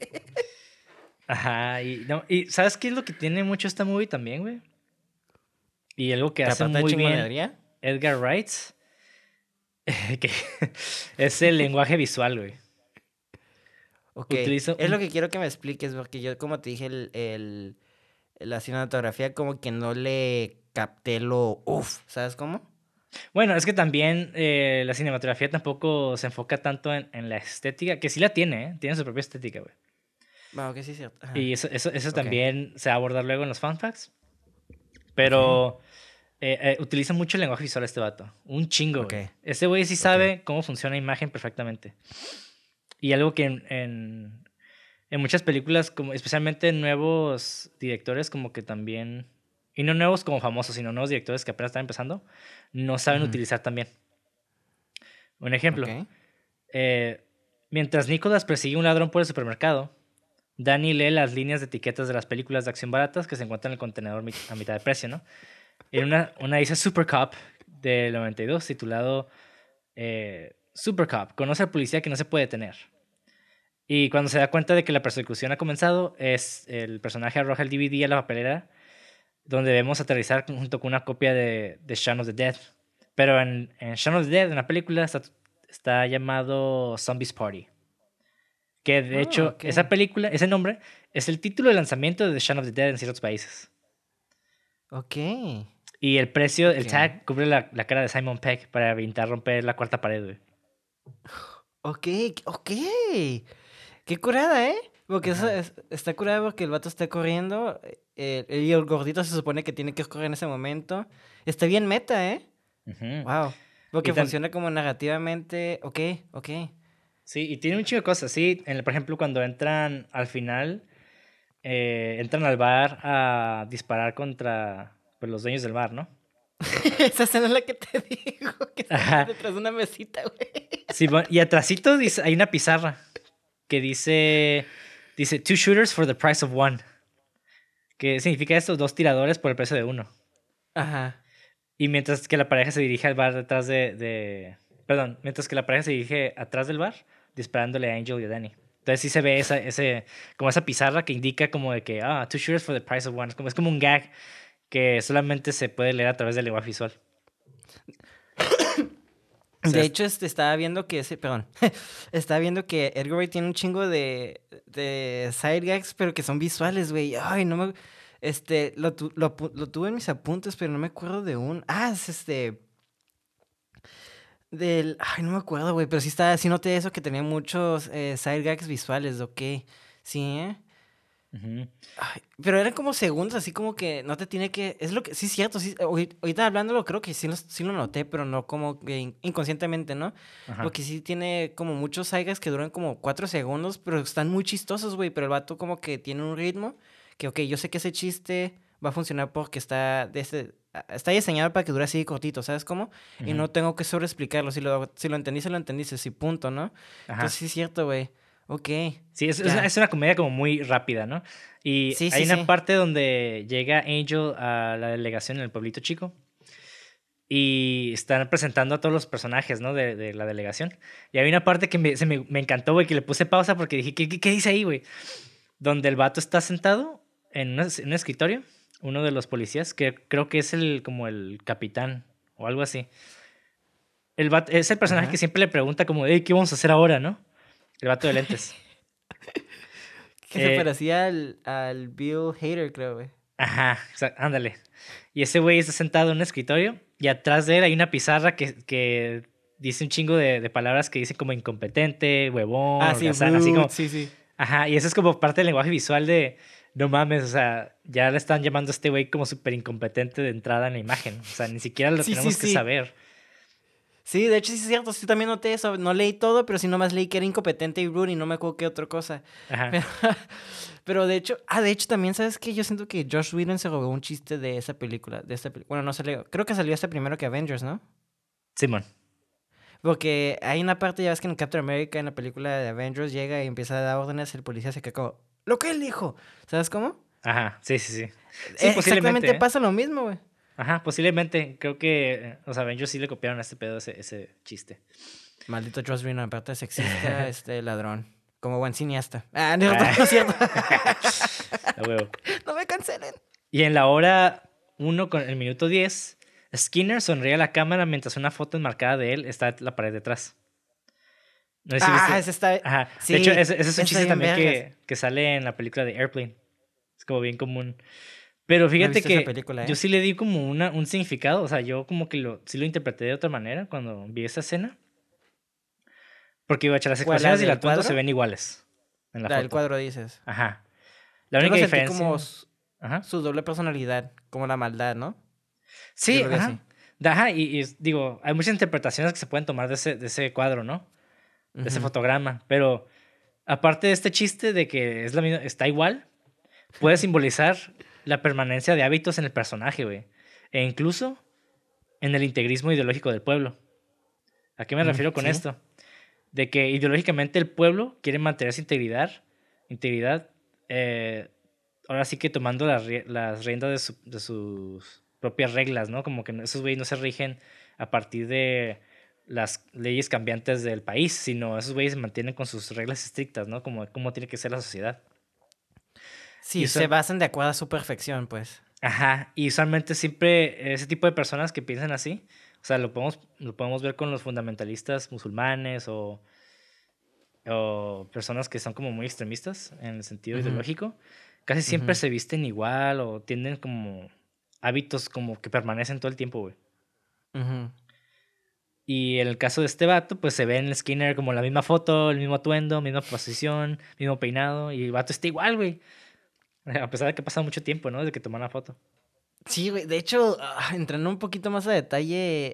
Ajá, y ¿sabes qué es lo que tiene mucho esta movie también, güey? Y algo que ¿La hace parte de muy bien chingonería? Edgar Wright, que es el lenguaje visual, güey. Ok, Utiliza es lo que quiero que me expliques, porque yo, como te dije, la cinematografía como que no le capté lo uf, ¿sabes cómo? Bueno, es que también la cinematografía tampoco se enfoca tanto en la estética, que sí la tiene, ¿eh? Tiene su propia estética, güey. Bueno, que sí es cierto. Ajá. Y eso Ok, también se va a abordar luego en los fun facts. ok, Pero utiliza mucho el lenguaje visual este vato. Un chingo, ok, güey. Este güey sí ok. sabe cómo funciona la imagen perfectamente. Y algo que en muchas películas, como especialmente en nuevos directores, como que también, y no nuevos como famosos, sino nuevos directores que apenas están empezando, no saben Ujú, utilizar también. Un ejemplo, ok. eh, mientras Nicholas persigue a un ladrón por el supermercado, Danny lee las líneas de etiquetas de las películas de acción baratas que se encuentran en el contenedor a mitad de precio, ¿no? En una dice Super Cop del 92, titulado Super Cop, conoce al policía que no se puede detener. Y cuando se da cuenta de que la persecución ha comenzado, el personaje arroja el DVD a la papelera, donde vemos aterrizar junto con una copia de Shaun of the Dead. Pero en Shaun of the Dead, en la película, está llamado Zombies Party. Que de Ah, hecho, ok, esa película, ese nombre, es el título de lanzamiento de The Shaun of the Dead en ciertos países. ok, Y el precio, el ok, tag, cubre la cara de Simon Pegg para evitar romper la cuarta pared, güey. ok, ok. Qué curada, ¿eh? Porque eso Ajá. está curada porque el vato está corriendo y el gordito se supone que tiene que correr en ese momento. Está bien meta, ¿eh? Ujú. Wow. Y Porque funciona como narrativamente. Ok, ok. sí, y tiene un chico de cosas, sí. Por ejemplo, cuando entran al final, entran al bar a disparar contra pues, los dueños del bar, ¿no? Esa escena es la que te digo, que están Ajá. detrás de una mesita, güey. Sí, y atrásito hay una pizarra que dice two shooters for the price of one. Que significa estos dos tiradores por el precio de uno. Ajá. Y mientras que la pareja se dirige al bar detrás Perdón, mientras que la pareja se dirige atrás del bar, disparándole a Angel y a Danny. Entonces sí se ve como esa pizarra que indica como de que, two shooters for the price of one. Es como un gag que solamente se puede leer a través del lenguaje visual. O sea, De hecho, estaba viendo que perdón, estaba viendo que Edgar Wright tiene un chingo de side gags, pero que son visuales, güey. Ay, no me, lo tuve en mis apuntes, pero no me acuerdo de es ay, no me acuerdo, güey, pero sí noté eso, que tenía muchos side gags visuales, ok, sí, ¿eh? ujú, Ay, pero eran como segundos, así como que no te tiene que... Es lo que... Sí, cierto, sí. Ahorita hablándolo creo que sí lo noté, pero no como que inconscientemente, ¿no? ajá. Porque sí tiene como muchos saigas que duran como 4 segundos, pero están muy chistosos, güey. Pero el vato como que tiene un ritmo que, ok, yo sé que ese chiste va a funcionar porque está diseñado para que dure así cortito, ¿sabes cómo? Y Ujú, no tengo que sobreexplicarlo. Si lo entendí, se lo entendiste, sí, punto, ¿no? Entonces ajá. sí es cierto, güey. Ok, Sí, ya. es una comedia como muy rápida, ¿no? Y Sí, hay sí, una sí. parte donde llega Angel a la delegación en el pueblito chico y están presentando a todos los personajes, ¿no? De la delegación. Y hay una parte que me encantó, güey, que le puse pausa porque dije, ¿qué dice ahí, güey? Donde el vato está sentado en un escritorio, uno de los policías, que creo que es como el capitán o algo así. Es el personaje que Ajá. siempre le pregunta como, hey, ¿qué vamos a hacer ahora, no? El vato de lentes. Que se Eh, parecía al Bill Hader, creo, güey. Ajá, ándale. Y ese güey está sentado en un escritorio y atrás de él hay una pizarra que dice un chingo de palabras que dicen como incompetente, huevón, Ah, sí, holgazán, así rude, como... sí, sí. Ajá, y eso es como parte del lenguaje visual de... No mames, o sea, ya le están llamando a este güey como súper incompetente de entrada en la imagen. O sea, ni siquiera lo Sí, sí, tenemos que sí. saber. Sí, de hecho sí es cierto, sí también noté eso. No leí todo, pero sí nomás leí que era incompetente y rude y no me acuerdo qué otra cosa. Ajá, Pero, pero de hecho también, ¿sabes qué? Yo siento que Josh Whedon se robó un chiste de esa película, bueno, no salió, creo que salió hasta primero que Avengers, ¿no? Simón. Porque hay una parte, ya ves que en Captain America, en la película de Avengers, llega y empieza a dar órdenes, el policía se queda como, lo que él dijo, ¿sabes cómo? Ajá, sí, sí, sí. Sí, posiblemente, Exactamente pasa lo mismo, güey. Ajá, posiblemente. Creo que los Avengers sí le copiaron a este pedo ese chiste. Maldito Joss Whedon, aparte de sexista, ladrón. Como buen cineasta. Ah, no, Ah, no es cierto. a huevo. No me cancelen. Y en la hora 1 con el minuto 10, Skinner sonríe a la cámara mientras una foto enmarcada de él está en la pared detrás. No sé si Ah, viste. ese está. Ajá. De hecho, Sí, ese es un está chiste bien también vergas. que sale en la película de Airplane. Es como bien común. Pero No he fíjate visto esa que película, yo ¿eh? sí le di como un significado. O sea, yo como que sí lo interpreté de otra manera cuando vi esa escena. Porque, guacha, las ¿Cuál, la explosiones y el del atuendo se cuadro? ven iguales en la La del foto. cuadro dices. Ajá. La Yo única lo sentí como diferencia. Ajá. su doble personalidad, como la maldad, ¿no? Yo Sí, lo vi ajá. así. Ajá, digo, hay muchas interpretaciones que se pueden tomar de ese cuadro, ¿no? De ese Ujú. fotograma. Pero aparte de este chiste de que es la misma, está igual, puede simbolizar la permanencia de hábitos en el personaje, güey. E incluso en el integrismo ideológico del pueblo. ¿A qué me refiero con Sí. esto? De que ideológicamente el pueblo quiere mantener su integridad, eh, ahora sí que tomando las riendas de sus propias reglas, ¿no? Como que esos güeyes no se rigen a partir de las leyes cambiantes del país, sino esos güeyes se mantienen con sus reglas estrictas, ¿no? Como tiene que ser la sociedad. Y Sí, se basan de acuerdo a su perfección, pues. ajá, y usualmente siempre ese tipo de personas que piensan así, o sea, lo podemos ver con los fundamentalistas musulmanes o personas que son como muy extremistas en el sentido Ujú, ideológico, casi siempre ujú, se visten igual o tienen como hábitos como que permanecen todo el tiempo, güey. ujú. Y en el caso de este vato, pues se ve en el Skinner como la misma foto, el mismo atuendo, misma posición, mismo peinado, y el vato está igual, güey. A pesar de que pasa mucho tiempo, ¿no? Desde que tomó la foto. Sí, güey. De hecho, entrando un poquito más a detalle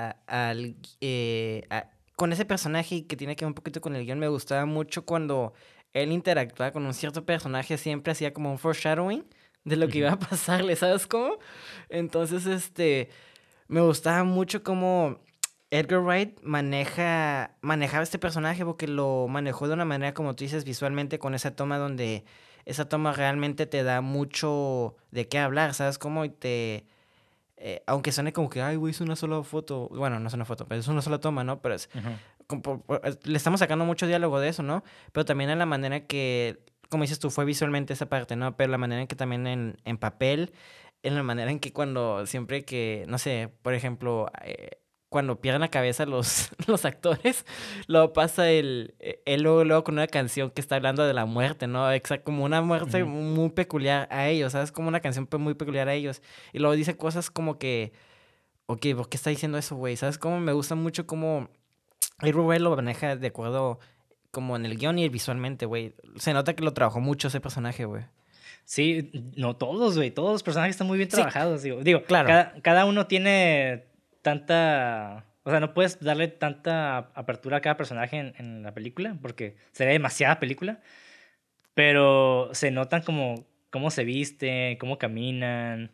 con ese personaje que tiene que ver un poquito con el guión, me gustaba mucho cuando él interactuaba con un cierto personaje, siempre hacía como un foreshadowing de lo que Ujú, iba a pasarle, ¿sabes cómo? Entonces, me gustaba mucho cómo Edgar Wright manejaba este personaje porque lo manejó de una manera, como tú dices, visualmente con esa toma donde esa toma realmente te da mucho de qué hablar, ¿sabes cómo? Aunque suene como que, ay, güey, es una sola foto. Bueno, no es una foto, pero es una sola toma, ¿no? Pero ujú. le estamos sacando mucho diálogo de eso, ¿no? Pero también en la manera que, como dices tú, fue visualmente esa parte, ¿no? Pero la manera en que también en papel, en la manera en que cuando, siempre que, no sé, por ejemplo, cuando pierden la cabeza los, los actores, luego pasa él luego con una canción que está hablando de la muerte, ¿no? Exacto, como una muerte Ujú. muy peculiar a ellos, ¿sabes? Como una canción muy peculiar a ellos. Y luego dice cosas como que, ok, ¿por qué está diciendo eso, güey? ¿Sabes? Como me gusta mucho cómo y Rubén lo maneja de acuerdo como en el guión y visualmente, güey. Se nota que lo trabajó mucho ese personaje, güey. Sí, no todos, güey. Todos los personajes están muy bien Sí, trabajados, digo, claro. cada uno tiene tanta. O sea, no puedes darle tanta apertura a cada personaje en la película, porque sería demasiada película. Pero se notan como cómo se visten, cómo caminan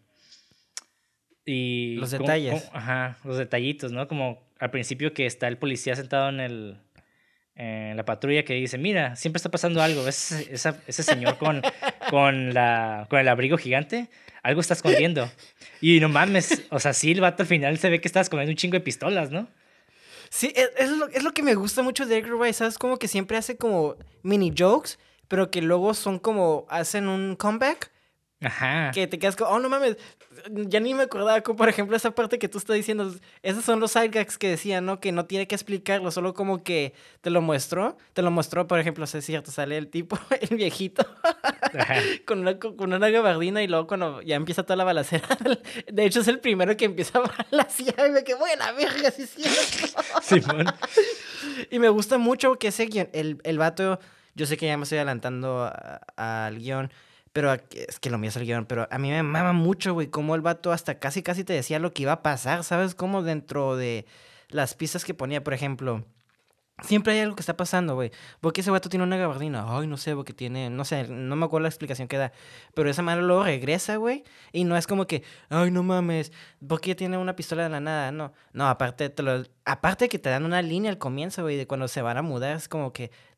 y Los detalles. ajá, los detallitos, ¿no? Como al principio que está el policía sentado en la patrulla que dice, mira, siempre está pasando algo. ¿Ves ese señor con el abrigo gigante? Algo está escondiendo. Y no mames, o sea, sí, el vato al final se ve que está escondiendo un chingo de pistolas, ¿no? Sí, es lo que me gusta mucho de Edgar Wright, ¿sabes? Como que siempre hace como mini jokes, pero que luego son como, hacen un comeback, Ajá. que te quedas como, oh, no mames, ya ni me acordaba, como por ejemplo esa parte que tú estás diciendo, esos son los side gags que decía, ¿no? Que no tiene que explicarlo, solo como que te lo mostró, por ejemplo, si es cierto, sale el tipo, el viejito, Ajá. con una gabardina y luego cuando ya empieza toda la balacera, de hecho es el primero que empieza a balasear y me quedo, buena verga, sí es cierto. Simón. Y me gusta mucho que ese guión, el vato, yo sé que ya me estoy adelantando al guión, pero es que lo mío es el guión, pero a mí me mama mucho, güey, cómo el vato hasta casi casi te decía lo que iba a pasar, ¿sabes? Como dentro de las pistas que ponía, por ejemplo. Siempre hay algo que está pasando, güey. Porque ese vato tiene una gabardina. Ay, no sé, porque tiene. No sé, no me acuerdo la explicación que da. Pero esa madre luego regresa, güey. Y no es como que, ay, no mames. ¿Por qué tiene una pistola de la nada? No. No, aparte que te dan una línea al comienzo, güey, de cuando se van a mudar. Es como que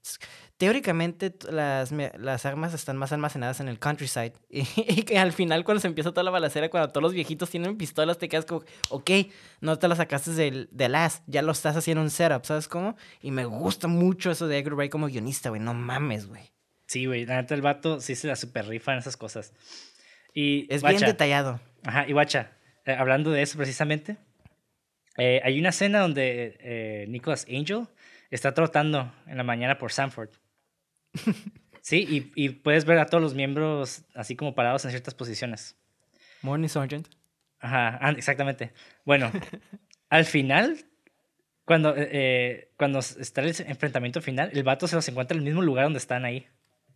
teóricamente las armas están más almacenadas en el countryside. Y que al final, cuando se empieza toda la balacera, cuando todos los viejitos tienen pistolas, te quedas como, ok, no te las sacaste del as, ya lo estás haciendo un setup, ¿sabes cómo? Y me gusta mucho eso de Edgar Wright como guionista, güey, no mames, güey. Sí, güey, la neta el vato sí se la super rifa en esas cosas. Y, Es bien detallado. Ajá, y guacha, hablando de eso precisamente, hay una escena donde Nicholas Angel está trotando en la mañana por Sanford. Sí, y puedes ver a todos los miembros así como parados en ciertas posiciones. Morning, Sergeant. Ajá, exactamente. Bueno, al final, cuando está el enfrentamiento final, el vato se los encuentra en el mismo lugar donde están ahí.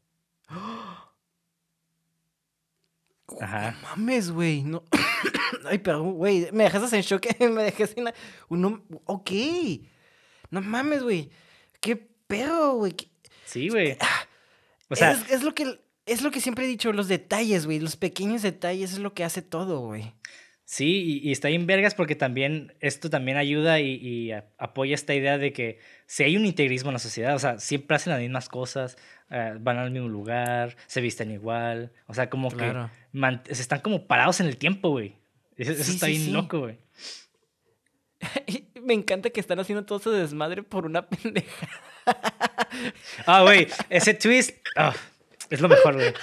Ajá. No mames, güey. No. Ay, pero, güey, me dejaste en shock. Me dejaste en... Ok. No mames, güey. ¿Qué pedo, güey? Sí, güey. O sea, es lo que siempre he dicho, los detalles, güey. Los pequeños detalles es lo que hace todo, güey. sí, y está bien vergas porque también esto también ayuda y apoya esta idea de que si hay un integrismo en la sociedad, o sea, siempre hacen las mismas cosas, van al mismo lugar, se visten igual, o sea, como Claro. que se están como parados en el tiempo, güey. Eso Sí, está sí, bien sí. loco, güey. Me encanta que están haciendo todo ese desmadre por una pendeja. Ah, güey, ese twist es lo mejor, güey.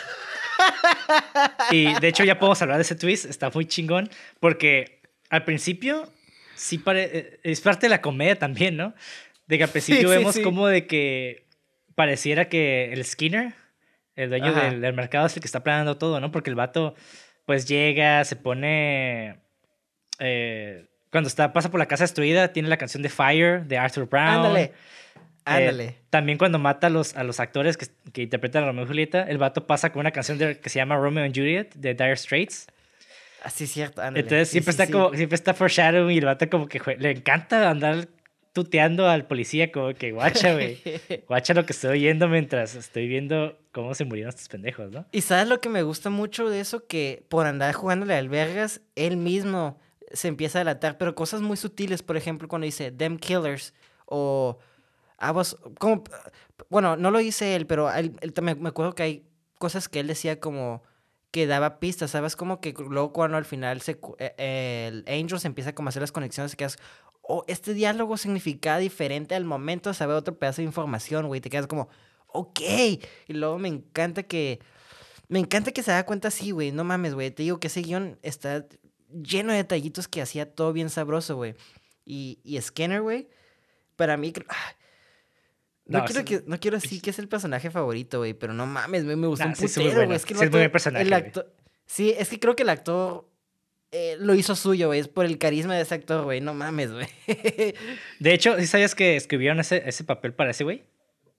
Y de hecho ya podemos hablar de ese twist, está muy chingón, porque al principio sí es parte de la comedia también, ¿no? De que al principio Sí, vemos sí. como de que pareciera que el Skinner, el dueño Ajá. del mercado, es el que está planeando todo, ¿no? Porque el vato pues llega, se pone... cuando pasa por la casa destruida, tiene la canción de Fire de Arthur Brown. Ándale. También cuando mata a los actores que interpretan a Romeo y Julieta, el vato pasa con una canción que se llama Romeo and Juliet de Dire Straits. Así es cierto, ándale. Entonces Sí, sí, sí. siempre está foreshadowing y el vato como que le encanta andar tuteando al policía como que guacha, güey. Guacha lo que estoy oyendo mientras estoy viendo cómo se murieron estos pendejos, ¿no? Y sabes lo que me gusta mucho de eso, que por andar jugándole al vergas, él mismo se empieza a delatar, pero cosas muy sutiles, por ejemplo, cuando dice them killers o como, bueno, no lo dice él, pero me acuerdo que hay cosas que él decía como que daba pistas, ¿sabes? Como que luego cuando al final el Angel se empieza como a hacer las conexiones, que este diálogo significaba diferente al momento de saber otro pedazo de información, güey, te quedas como, ok, y luego me encanta que se da cuenta así, güey, no mames, güey, te digo que ese guión está lleno de detallitos que hacía todo bien sabroso, güey, y Skinner, güey, para mí... No, No quiero decir que es el personaje favorito, güey, pero no mames, güey, me gustó un sí, es muy putero, güey. bueno. Es que Sí, es muy buen personaje, el güey. actor, sí, es que creo que el actor lo hizo suyo, güey, es por el carisma de ese actor, güey, no mames, güey. De hecho, ¿sí sabías que escribieron ese papel para ese güey?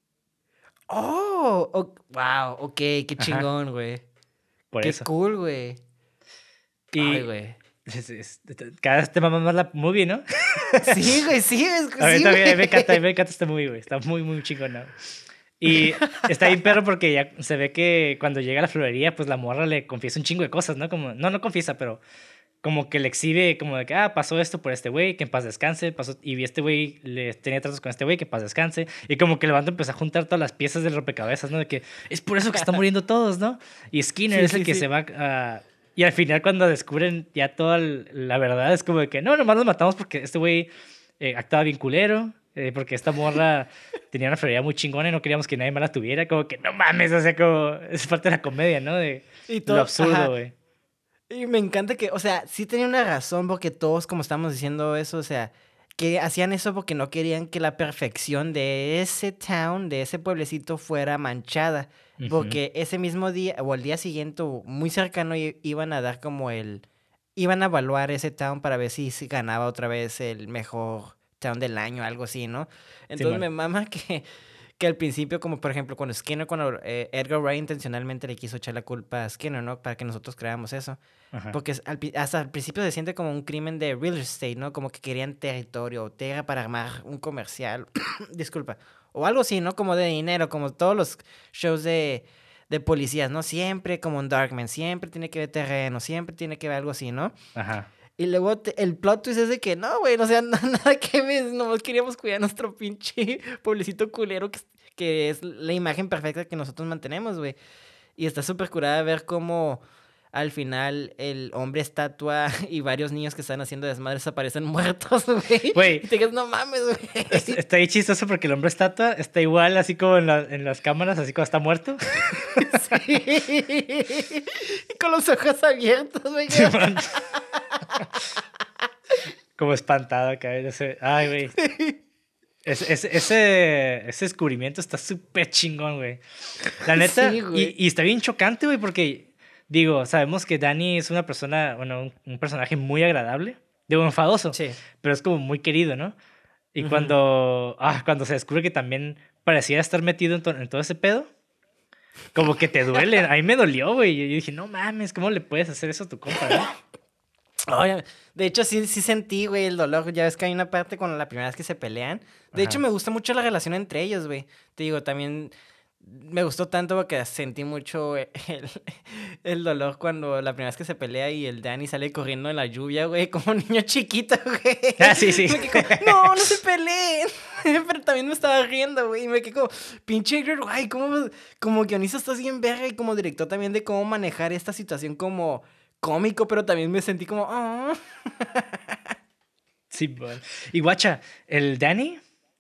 Wow, ok, qué Ajá, chingón, güey. por Qué eso. cool, güey. Ay, Y güey. cada vez te mama más la movie, ¿no? Sí, güey, sí, A mí sí, también güey. me encanta este movie, güey. Está muy, muy chingona. Y está bien perro porque ya se ve que cuando llega a la florería, pues la morra le confiesa un chingo de cosas, ¿no? Como, no confiesa, pero como que le exhibe como de que, pasó esto por este güey, que en paz descanse, y este güey le tenía tratos con este güey, que en paz descanse, y como que el bando empezó a juntar todas las piezas del rompecabezas, ¿no? De que es por eso que están muriendo todos, ¿no? Y Skinner Sí, es el sí, que sí. se va a... Y al final cuando descubren ya toda la verdad, es como de que, no, nomás nos matamos porque este güey actuaba bien culero, porque esta morra tenía una florería muy chingona y no queríamos que nadie más la tuviera, como que, no mames, o sea, como, es parte de la comedia, ¿no? De Y lo todo, absurdo, ajá. güey. Y me encanta que, o sea, sí tenía una razón porque todos, como estamos diciendo eso, o sea, que hacían eso porque no querían que la perfección de ese town, de ese pueblecito, fuera manchada. Ujú. Porque ese mismo día, o el día siguiente, o muy cercano, iban a dar como iban a evaluar ese town para ver si ganaba otra vez el mejor town del año, algo así, ¿no? Entonces Simón. me mama que al principio, como por ejemplo cuando Edgar Wright intencionalmente le quiso echar la culpa a Skinner, ¿no? Para que nosotros creamos eso. Ajá. Porque hasta al principio se siente como un crimen de real estate, ¿no? Como que querían territorio o tierra para armar un comercial. Disculpa. O algo así, ¿no? Como de dinero, como todos los shows de policías, ¿no? Siempre como un Darkman, siempre tiene que ver terreno, siempre tiene que ver algo así, ¿no? Ajá. Y luego el plot twist es de que no, güey, o sea, nada que ver, nomás queríamos cuidar a nuestro pinche pueblecito culero que es la imagen perfecta que nosotros mantenemos, güey. Y está súper curada ver cómo al final el hombre estatua y varios niños que están haciendo desmadres aparecen muertos, güey. Güey. Y te quedas, no mames, güey. Está ahí chistoso porque el hombre estatua está igual, así como en las cámaras, así como está muerto. Sí. Y con los ojos abiertos, güey. Sí, man. Como espantado acá. Ay, güey. Ese descubrimiento está súper chingón, güey. La neta, Sí, güey. y está bien chocante, güey, porque, digo, sabemos que Danny es una persona, bueno, un personaje muy agradable, digo, enfadoso, Sí. pero es como muy querido, ¿no? Y cuando se descubre que también parecía estar metido en todo ese pedo, como que te duele. A mí me dolió, güey. Yo dije, no mames, ¿cómo le puedes hacer eso a tu compa, no? Oye, de hecho, sí sentí, güey, el dolor. Ya ves que hay una parte cuando la primera vez que se pelean. De hecho, me gusta mucho la relación entre ellos, güey. Te digo, también me gustó tanto porque sentí mucho el dolor cuando la primera vez que se pelea y el Danny sale corriendo en la lluvia, güey, como un niño chiquito, güey. Ah, sí, sí. Me quedé como, no se peleen. Pero también me estaba riendo, güey. Y me quedé como, pinche Edgar Wright, como guionista estás bien verga y como director también de cómo manejar esta situación como cómico, pero también me sentí como, oh. Sí, bueno. Y guacha, el Danny,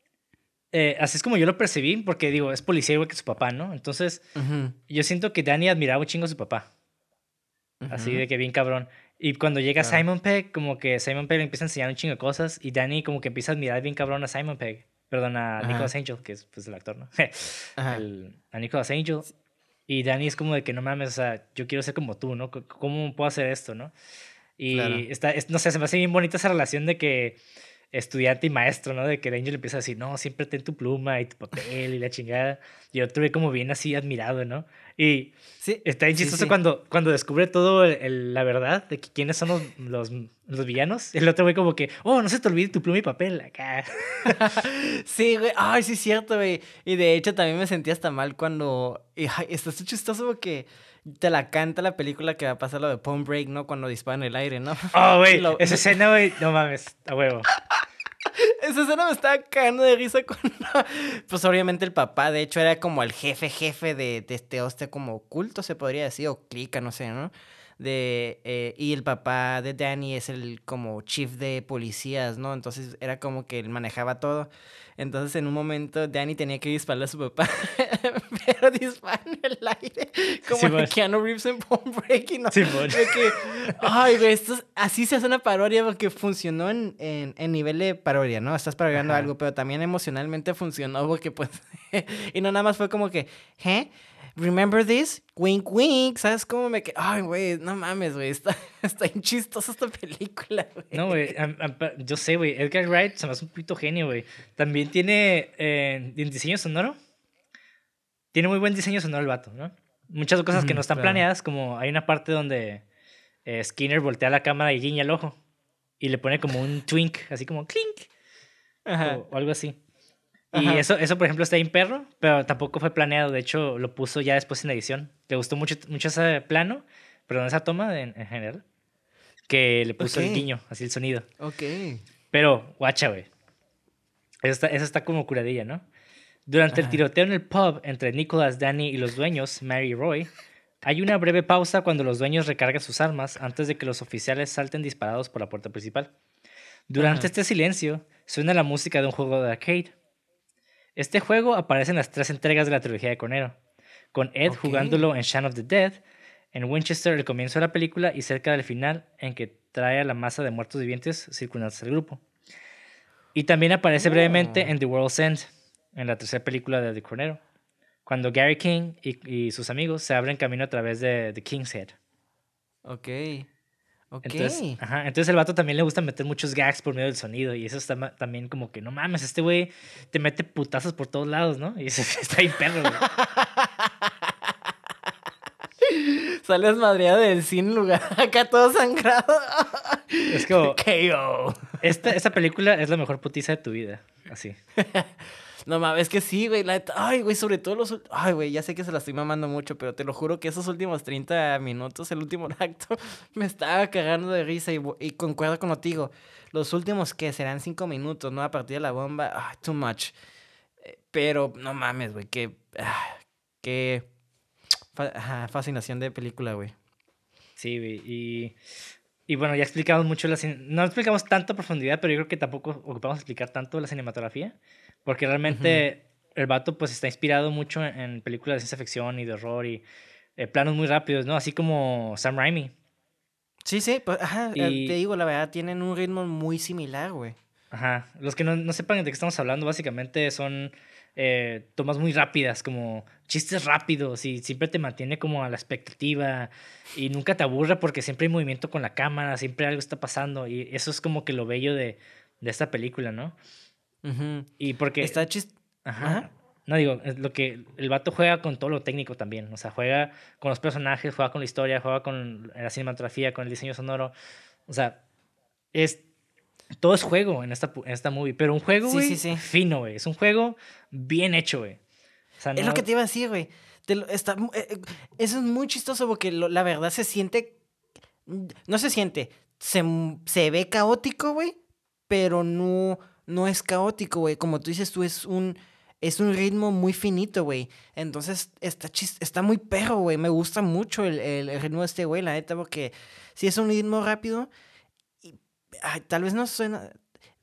así es como yo lo percibí, porque digo, es policía igual que su papá, ¿no? Entonces, yo siento que Danny admiraba un chingo a su papá. Así de que bien cabrón. Y cuando llega Simon Pegg, como que Simon Pegg le empieza a enseñar un chingo de cosas y Danny como que empieza a admirar bien cabrón a Simon Pegg. Perdón, a Nicolas Angel, que es pues el actor, ¿no? A Nicolas Angel. Y Danny es como de que no mames, o sea, yo quiero ser como tú, ¿no? ¿Cómo puedo hacer esto, no? Y no sé, se me hace bien bonita esa relación de que estudiante y maestro, ¿no? De que Angel empieza a decir, no, siempre ten tu pluma y tu papel y la chingada. Y otro ve como bien así admirado, ¿no? Y sí, está bien chistoso cuando descubre todo la verdad de que quiénes son los villanos. El otro güey como que, oh, no se te olvide tu pluma y papel acá. Sí, güey. Ay, sí es cierto, güey. Y de hecho también me sentí hasta mal cuando... Ay, está chistoso porque te la canta la película que va a pasar lo de Palm Break, ¿no? Cuando disparan el aire, ¿no? Oh, güey, esa escena, güey, no mames, a huevo. Esa escena me estaba cagando de risa cuando... Pues obviamente el papá, de hecho, era como el jefe de este hostia como culto, se podría decir, o clica, no sé, ¿no? Y el papá de Danny es el como chief de policías, ¿no? Entonces era como que él manejaba todo. Entonces en un momento Danny tenía que dispararle a su papá, pero dispara en el aire, como Sí, en Keanu Reeves en Palm Break y no. Sí, Ay, güey, así se hace una parodia porque funcionó en nivel de parodia, ¿no? Estás parodiando algo, pero también emocionalmente funcionó porque pues... y no nada más fue como que, ¿eh? Remember this? Wink, wink. ¿Sabes cómo me quedé? Ay, güey, no mames, güey. Está bien chistosa esta película, güey. No, güey. Yo sé, güey. Edgar Wright se me hace un puto genio, güey. También tiene diseño sonoro. Tiene muy buen diseño sonoro el vato, ¿no? Muchas cosas que no están planeadas, como hay una parte donde Skinner voltea la cámara y guiña el ojo. Y le pone como un twink, así como clink. O algo así. Y eso, por ejemplo, está bien perro, pero tampoco fue planeado. De hecho, lo puso ya después en la edición. Le gustó mucho ese plano, perdón, esa toma en general, que le puso el guiño, así el sonido. Ok. Pero, guacha, güey. Esa está como curadilla, ¿no? Durante el tiroteo en el pub entre Nicholas, Danny y los dueños, Mary y Roy, hay una breve pausa cuando los dueños recargan sus armas antes de que los oficiales salten disparados por la puerta principal. Durante este silencio, suena la música de un juego de arcade. Este juego aparece en las 3 entregas de la trilogía de Conero, con Ed jugándolo en Shaun of the Dead, en Winchester el comienzo de la película y cerca del final en que trae a la masa de muertos vivientes circundantes al grupo. Y también aparece brevemente en The World's End, en la tercera película de The Conero, cuando Gary King y sus amigos se abren camino a través de The King's Head. Ok. Entonces el vato también le gusta meter muchos gags por medio del sonido y eso está también como que no mames, este güey te mete putazos por todos lados, ¿no? Y eso está bien perro, güey. Sales madreado del cine lugar acá todo sangrado. Es como KO. esta película es la mejor putiza de tu vida. así. No mames, es que sí, güey. Ay, güey, sobre todo Ay, güey, ya sé que se la estoy mamando mucho, pero te lo juro que esos últimos 30 minutos, el último acto, me estaba cagando de risa y concuerdo contigo. Los últimos, ¿qué? Serán 5 minutos, ¿no? A partir de la bomba. Ah, too much. Pero, no mames, güey, qué fascinación de película, güey. Sí, güey. Y bueno, ya explicamos mucho no explicamos tanto a profundidad, pero yo creo que tampoco ocupamos explicar tanto la cinematografía, porque Ujú. realmente el vato pues está inspirado mucho en películas de ciencia ficción y de horror y planos muy rápidos, ¿no? Así como Sam Raimi. Sí, sí, pues, ajá, te Y, digo, la verdad, tienen un ritmo muy similar, güey. ajá, los que no sepan de qué estamos hablando, básicamente son tomas muy rápidas, como chistes rápidos y siempre te mantiene como a la expectativa y nunca te aburre porque siempre hay movimiento con la cámara, siempre algo está pasando y eso es como que lo bello de esta película, ¿no? Ujú. Y porque, Está chist... Ajá. ajá, no digo, es lo que el vato juega con todo lo técnico también, o sea, juega con los personajes, juega con la historia, juega con la cinematografía, con el diseño sonoro, o sea, es todo es juego en esta movie, pero un juego, Sí, sí, güey, sí. fino, güey. Es un juego bien hecho, güey. O sea, Es lo que no. te iba a decir, güey. Eso es muy chistoso porque la verdad se siente. No se siente. Se ve caótico, güey. Pero no es caótico, güey. Como tú dices, es un ritmo muy finito, güey. Entonces está muy perro, güey. Me gusta mucho el ritmo de este güey, la neta, porque si es un ritmo rápido. Y, tal vez no suena.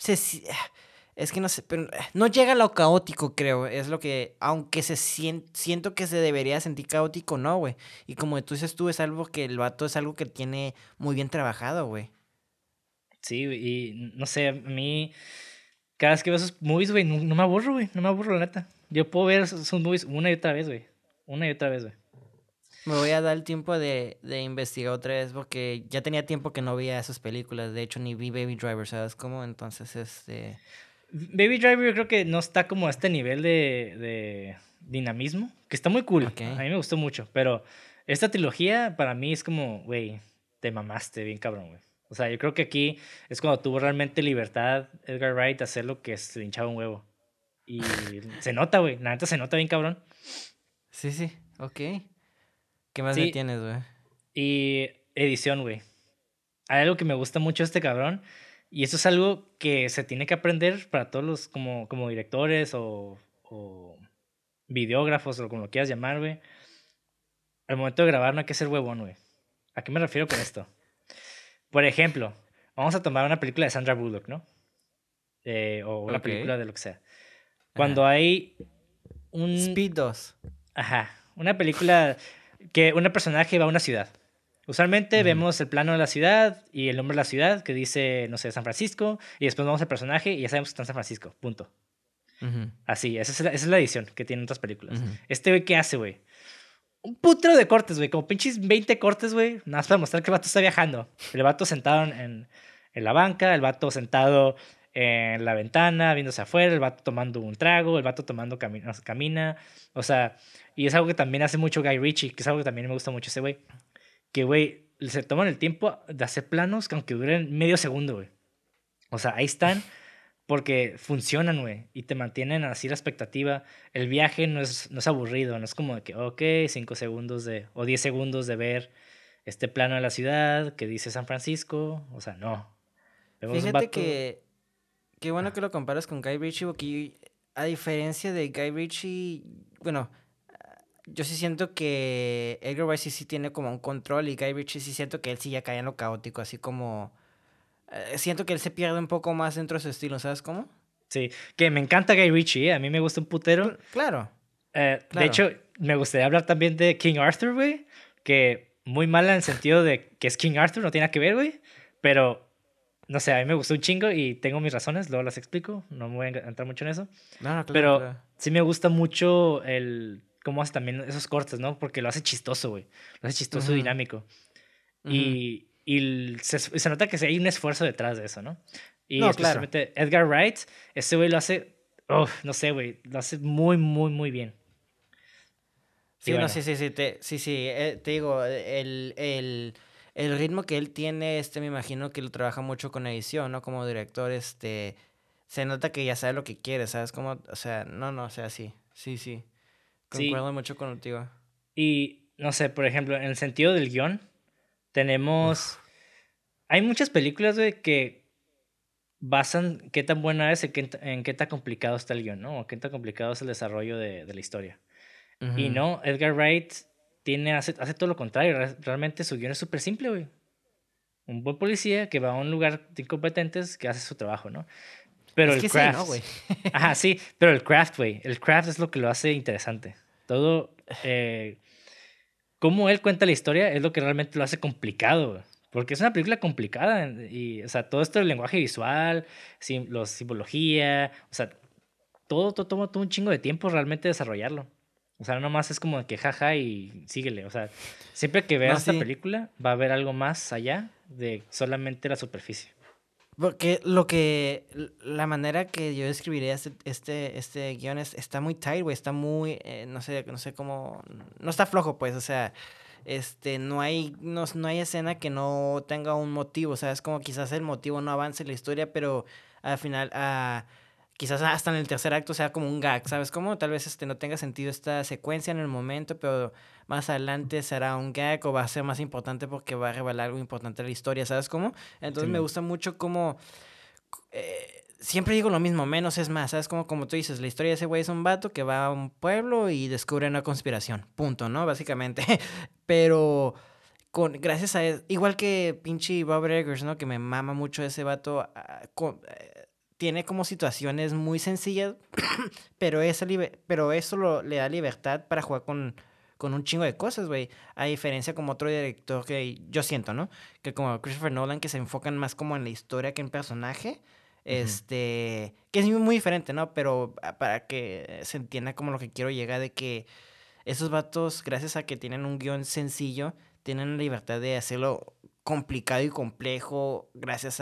Es que no sé, pero no llega a lo caótico, creo. Es lo que, aunque siento que se debería sentir caótico, no, güey. Y como tú dices tú, es algo que el vato es algo que tiene muy bien trabajado, güey. Sí, güey, y no sé, a mí. Cada vez que veo esos movies, güey, no me aburro, güey. No me aburro, la neta. Yo puedo ver esos movies una y otra vez, güey. Una y otra vez, güey. Me voy a dar el tiempo de investigar otra vez porque ya tenía tiempo que no veía esas películas. De hecho, ni vi Baby Driver, ¿sabes cómo? Entonces, Baby Driver yo creo que no está como a este nivel de dinamismo, que está muy cool. Ok. A mí me gustó mucho, pero esta trilogía para mí es como, güey, te mamaste bien cabrón, güey. O sea, yo creo que aquí es cuando tuvo realmente libertad Edgar Wright de hacer lo que se le hinchaba un huevo. Y se nota, güey, la neta se nota bien cabrón. Sí, sí, ok. ¿Qué más me Sí, tienes, güey? y edición, güey. Hay algo que me gusta mucho de este cabrón, y eso es algo que se tiene que aprender para todos los como directores o videógrafos o como lo quieras llamar, güey. Al momento de grabar no hay que ser huevón, güey. ¿A qué me refiero con esto? Por ejemplo, vamos a tomar una película de Sandra Bullock, ¿no? O una Ok. película de lo que sea. Cuando Ajá. hay un... Speed 2. Ajá, una película que un personaje va a una ciudad. Usualmente Ujú, vemos el plano de la ciudad y el nombre de la ciudad que dice, no sé, San Francisco, y después vamos al personaje y ya sabemos que está en San Francisco, punto. ujú, Así, esa es la edición que tienen otras películas. ujú. Este güey, ¿qué hace, güey? Un putero de cortes, güey. Como pinches 20 cortes, güey. Nada más para mostrar que el vato está viajando. El vato sentado en la banca, el vato sentado en la ventana, viéndose afuera, el vato tomando un trago, el vato tomando camina. O sea, y es algo que también hace mucho Guy Ritchie, que es algo que también me gusta mucho ese güey. Que, güey, se toman el tiempo de hacer planos que aunque duren medio segundo, güey. O sea, ahí están porque funcionan, güey, y te mantienen así la expectativa. El viaje no es aburrido, no es como de que, ok, 5 segundos o 10 segundos de ver este plano de la ciudad que dice San Francisco. O sea, no. Vemos un Fíjate vato. que qué bueno que lo comparas con Guy Ritchie, porque a diferencia de Guy Ritchie, bueno, yo sí siento que Edgar Wright sí tiene como un control y Guy Ritchie sí siento que él sí ya cae en lo caótico, así como... siento que él se pierde un poco más dentro de su estilo, ¿sabes cómo? Sí, que me encanta Guy Ritchie, ¿eh? A mí me gusta un putero. Claro, De claro. hecho, me gustaría hablar también de King Arthur, güey. Que muy mala en el sentido de que es King Arthur, no tiene nada que ver, güey. Pero, no sé, a mí me gustó un chingo y tengo mis razones, luego las explico. No me voy a entrar mucho en eso. No, no, claro, Pero claro. sí me gusta mucho cómo hace también esos cortes, ¿no? Porque lo hace chistoso, güey. Lo hace chistoso y Ujú, dinámico. ujú. Se nota que sí hay un esfuerzo detrás de eso, ¿no? Y No, claro. especialmente Edgar Wright, ese güey lo hace, no sé, güey, lo hace muy, muy, muy bien. Y Sí, no, bueno, sí, sí, sí, te digo, el ritmo que él tiene, me imagino que lo trabaja mucho con edición, ¿no? Como director, se nota que ya sabe lo que quiere, ¿sabes? Como, o sea, no, o sea, sí. Sí, Concuerdo mucho contigo. y no sé, por ejemplo, en el sentido del guión, tenemos... Uf. Hay muchas películas, güey, que basan qué tan buena es en qué tan complicado está el guión, ¿no? O qué tan complicado es el desarrollo de la historia. Y Ujú. no, Edgar Wright hace todo lo contrario. Realmente su guión es súper simple, güey. Un buen policía que va a un lugar de incompetentes que hace su trabajo, ¿no? Pero Es el que sí, ¿no, craft... güey? Ajá, sí, pero el craft, güey. El craft es lo que lo hace interesante. Todo... cómo él cuenta la historia es lo que realmente lo hace complicado, güey. Porque es una película complicada. Y, o sea, todo esto del lenguaje visual, los simbología, o sea, todo toma todo un chingo de tiempo realmente desarrollarlo. O sea, no nomás es como que jaja y síguele. O sea, siempre que veas No, esta sí. película va a haber algo más allá de solamente la superficie. Porque la manera que yo describiría este guión está muy tight, güey, está muy, no sé cómo, no está flojo, pues, o sea, no hay escena que no tenga un motivo, o sea, es como quizás el motivo no avance en la historia, pero al final, quizás hasta en el tercer acto sea como un gag, ¿sabes cómo? Tal vez no tenga sentido esta secuencia en el momento, pero más adelante será un gag o va a ser más importante porque va a revelar algo importante de la historia, ¿sabes cómo? Entonces me Simón. gusta mucho como... siempre digo lo mismo, menos es más, ¿sabes? Como tú dices, la historia de ese güey es un vato que va a un pueblo y descubre una conspiración, punto, ¿no? Básicamente. Pero gracias a él, igual que pinche Bob Eggers, ¿no? Que me mama mucho ese vato, tiene como situaciones muy sencillas, pero, pero eso le da libertad para jugar con un chingo de cosas, güey. A diferencia como otro director que yo siento, ¿no? Que como Christopher Nolan, que se enfocan más como en la historia que en personaje. Ujú. Que es muy diferente, ¿no? Pero para que se entienda como lo que quiero llegar de que esos vatos, gracias a que tienen un guión sencillo, tienen la libertad de hacerlo complicado y complejo gracias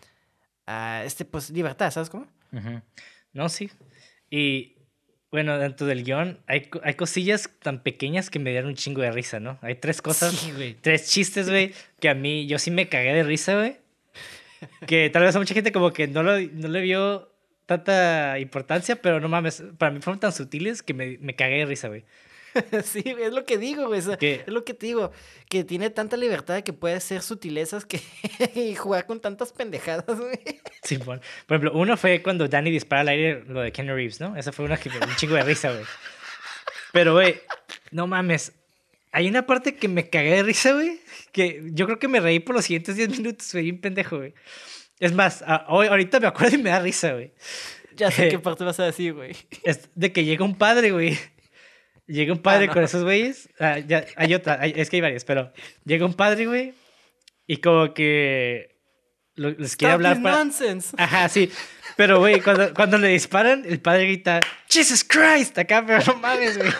pues, libertad, ¿sabes cómo? Ujú. No, sí. Y bueno, dentro del guión hay cosillas tan pequeñas que me dieron un chingo de risa, ¿no? Hay tres cosas, Sí, güey. tres chistes, güey, que a mí, yo sí me cagué de risa, güey. Que tal vez a mucha gente como que no le vio tanta importancia, pero no mames, para mí fueron tan sutiles que me cagué de risa, güey. Sí, es lo que digo, güey. Que, Es lo que te digo. Que tiene tanta libertad de que puede hacer sutilezas que y jugar con tantas pendejadas, güey. sí, por ejemplo, uno fue cuando Danny dispara al aire lo de Kenny Reeves, ¿no? Esa fue una que me dio un chingo de risa, güey. Pero, güey, no mames. Hay una parte que me cagué de risa, güey. Que yo creo que me reí por los siguientes 10 minutos, güey. Un pendejo, güey. Es más, ahorita me acuerdo y me da risa, güey. Ya sé qué parte vas a decir, güey. Es de que llega un padre, güey. Llega un Ah, padre no. con esos güeyes. Ya, hay otra, es que hay varias, pero llega un padre, güey. Y como que les quiere Stop this hablar para. nonsense. Ajá, sí. Pero, güey, cuando le disparan, el padre grita, Jesus Christ, acá, pero no mames, güey.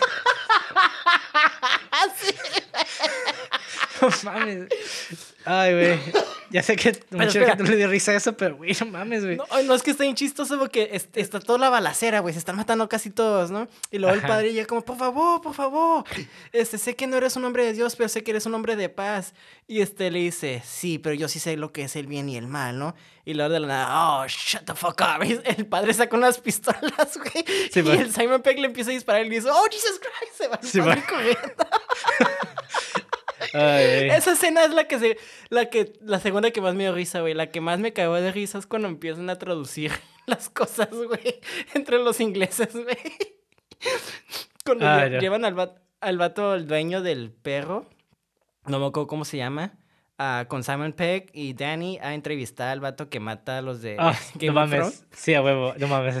Sí. No mames. Ay, güey. Ya sé que Pero mucha espera. gente le dio risa a eso, pero, güey, no mames, güey. No, ay, no es que está bien chistoso porque está toda la balacera, güey. Se están matando casi todos, ¿no? Y luego el Ajá. padre llega como, por favor, por favor. Sé que no eres un hombre de Dios, pero sé que eres un hombre de paz. Y le dice, sí, pero yo sí sé lo que es el bien y el mal, ¿no? Y luego de la nada, oh, shut the fuck up. Y el padre saca unas pistolas, güey. Sí, Y man. el Simon Pegg le empieza a disparar y le dice, oh, Jesus Christ. Se va el Sí, padre man. corriendo. Ay, güey. Esa escena es la segunda que más me dio risa, güey. La que más me cagó de risa es cuando empiezan a traducir las cosas, güey, entre los ingleses, güey. Cuando Ay, no. llevan al vato, el dueño del perro, no me acuerdo cómo se llama, con Simon Pegg y Danny a entrevistar al vato que mata a los de Ah, no Game of Thrones. mames. Sí, a huevo, no mames.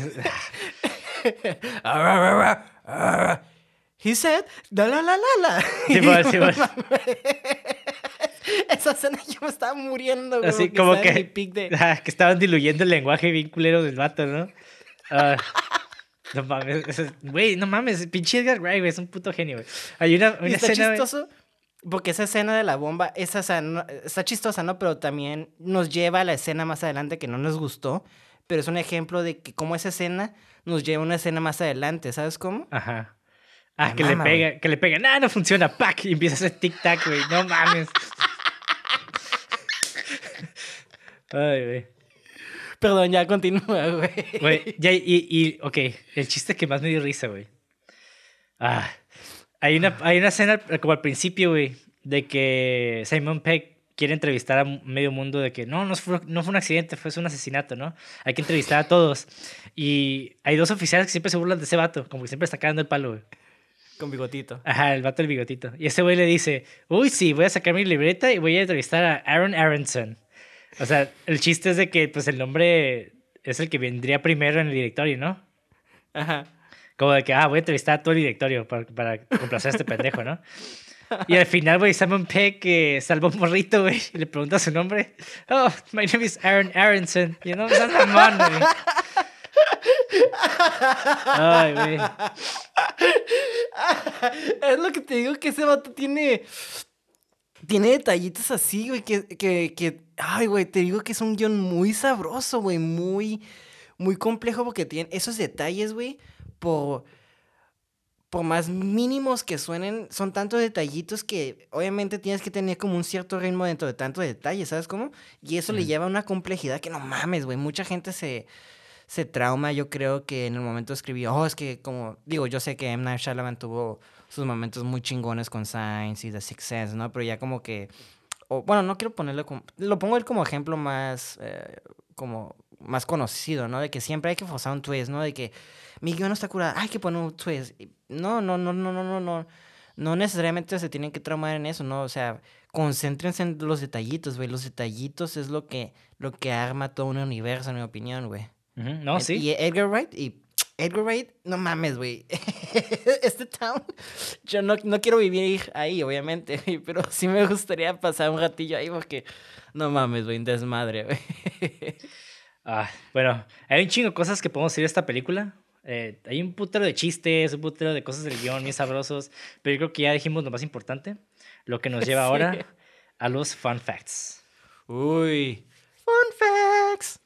He said, la la la la la. Sí, man, sí, man. Esa escena yo me estaba muriendo, güey, Así porque como estaba en mi que, pic de... que estaban diluyendo el lenguaje bien culero del vato, ¿no? Ah, no mames. Güey, no mames. Pinche Edgar Wright, güey, es un puto genio, güey. Hay Y una está escena, güey. chistoso porque esa escena de la bomba, está chistosa, ¿no? Pero también nos lleva a la escena más adelante que no nos gustó. Pero es un ejemplo de que como esa escena nos lleva a una escena más adelante, ¿sabes cómo? Ajá. Me Que le mama, güey. pega, que le pega. ¡Nah, no funciona! ¡Pac! Y empieza a hacer tic-tac, güey. No mames. Ay, güey. Perdón, ya continúa, güey. Güey, ya, ok, el chiste que más me dio risa, güey. Ah, hay una escena como al principio, güey, de que Simon Pegg quiere entrevistar a medio mundo de que no fue un accidente, fue un asesinato, ¿no? Hay que entrevistar a todos. Y hay dos oficiales que siempre se burlan de ese vato, como que siempre está cagando el palo, güey. Con bigotito. Ajá, el vato del bigotito. Y ese güey le dice, uy, sí, voy a sacar mi libreta y voy a entrevistar a Aaron Aronson. O sea, el chiste es de que pues el nombre es el que vendría primero en el directorio, ¿no? Ajá. Como de que, voy a entrevistar a todo el directorio para complacer a este pendejo, ¿no? Y al final, güey, Simon Pegg que salva un morrito, güey, y le pregunta su nombre. Oh, my name is Aaron Aronson. You know, that's my man, güey. Ay, güey. Es lo que te digo, que ese vato tiene detallitos así, güey, ay, güey, te digo que es un guión muy sabroso, güey, muy, muy complejo porque tiene esos detalles, güey, por más mínimos que suenen, son tantos detallitos que obviamente tienes que tener como un cierto ritmo dentro de tantos detalles, ¿sabes cómo? Y eso le lleva a una complejidad que no mames, güey, mucha gente se trauma, yo creo que en el momento escribí, es que como, digo, yo sé que M. Night Shyamalan tuvo sus momentos muy chingones con Signs y The Sixth Sense, ¿no? Pero ya como que, bueno, no quiero ponerlo como, lo pongo él como ejemplo más, como, más conocido, ¿no? De que siempre hay que forzar un twist, ¿no? De que mi guión no está curado, hay que poner un twist. No necesariamente se tienen que traumar en eso, ¿no? O sea, concéntrense en los detallitos, güey. Los detallitos es lo que arma todo un universo, en mi opinión, güey. No, sí. Y Edgar Wright, no mames, güey. Este town, yo no quiero vivir ahí, obviamente, güey, pero sí me gustaría pasar un ratillo ahí porque, no mames, güey, un desmadre, güey. Bueno, hay un chingo de cosas que podemos decir de esta película. Hay un putero de chistes, un putero de cosas del guión bien sabrosos, pero yo creo que ya dijimos lo más importante, lo que nos lleva Sí. ahora a los fun facts. Uy, fun facts.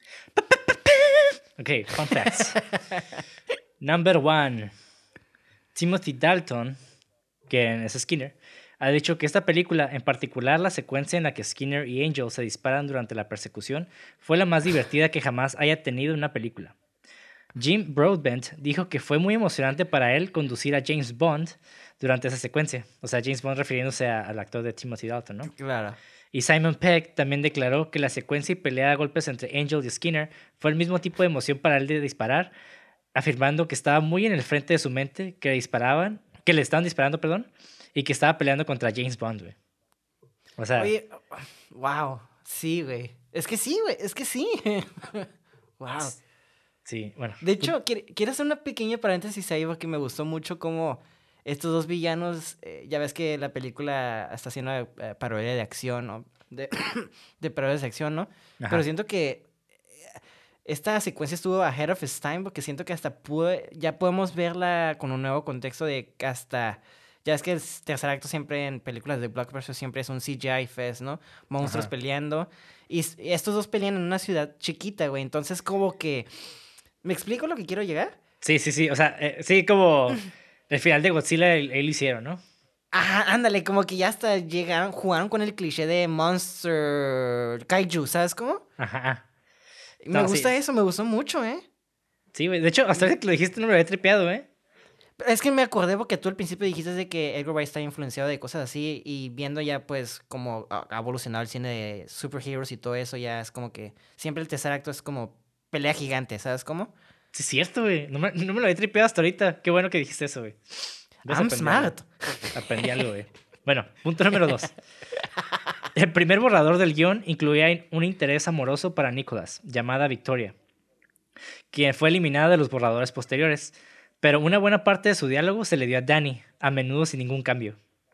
Ok, fun facts. Number 1. Timothy Dalton, quien es Skinner, ha dicho que esta película, en particular la secuencia en la que Skinner y Angel se disparan durante la persecución, fue la más divertida que jamás haya tenido una película. Jim Broadbent dijo que fue muy emocionante para él conducir a James Bond durante esa secuencia. O sea, James Bond refiriéndose al actor de Timothy Dalton, ¿no? Claro. Y Simon Pegg también declaró que la secuencia y pelea a golpes entre Angel y Skinner fue el mismo tipo de emoción para él de disparar, afirmando que estaba muy en el frente de su mente, que le estaban disparando, perdón, y que estaba peleando contra James Bond, güey. O sea... Oye, wow, sí, güey. Es que sí, güey, es que sí. Wow. Sí, bueno. De hecho, quiero hacer una pequeña paréntesis ahí porque me gustó mucho cómo estos dos villanos, ya ves que la película está haciendo parodia de acción, ¿no? De parodias de acción, ¿no? Ajá. Pero siento que esta secuencia estuvo ahead of its time porque siento que hasta ya podemos verla con un nuevo contexto de que hasta... Ya es que el tercer acto siempre en películas de blockbuster siempre es un CGI fest, ¿no? Monstruos peleando. Y estos dos pelean en una ciudad chiquita, güey. Entonces como que... ¿Me explico lo que quiero llegar? Sí. O sea, sí, como el final de Godzilla, ahí lo hicieron, ¿no? Ah, ándale, como que ya hasta jugaron con el cliché de Monster Kaiju, ¿sabes cómo? Ajá. Me gusta eso, me gustó mucho, ¿eh? Sí, güey. De hecho, hasta ahorita que lo dijiste no me lo había tripeado, ¿eh? Es que me acordé porque tú al principio dijiste de que Edgar Wright está influenciado de cosas así y viendo ya pues como ha evolucionado el cine de superheroes y todo eso, ya es como que siempre el tercer acto es como pelea gigante, ¿sabes cómo? Sí, es cierto, güey. No me lo había tripeado hasta ahorita. Qué bueno que dijiste eso, güey. I'm smart. Aprendí algo, güey. Bueno, punto número 2. El primer borrador del guión incluía un interés amoroso para Nicholas, llamada Victoria, quien fue eliminada de los borradores posteriores, pero una buena parte de su diálogo se le dio a Danny, a menudo sin ningún cambio.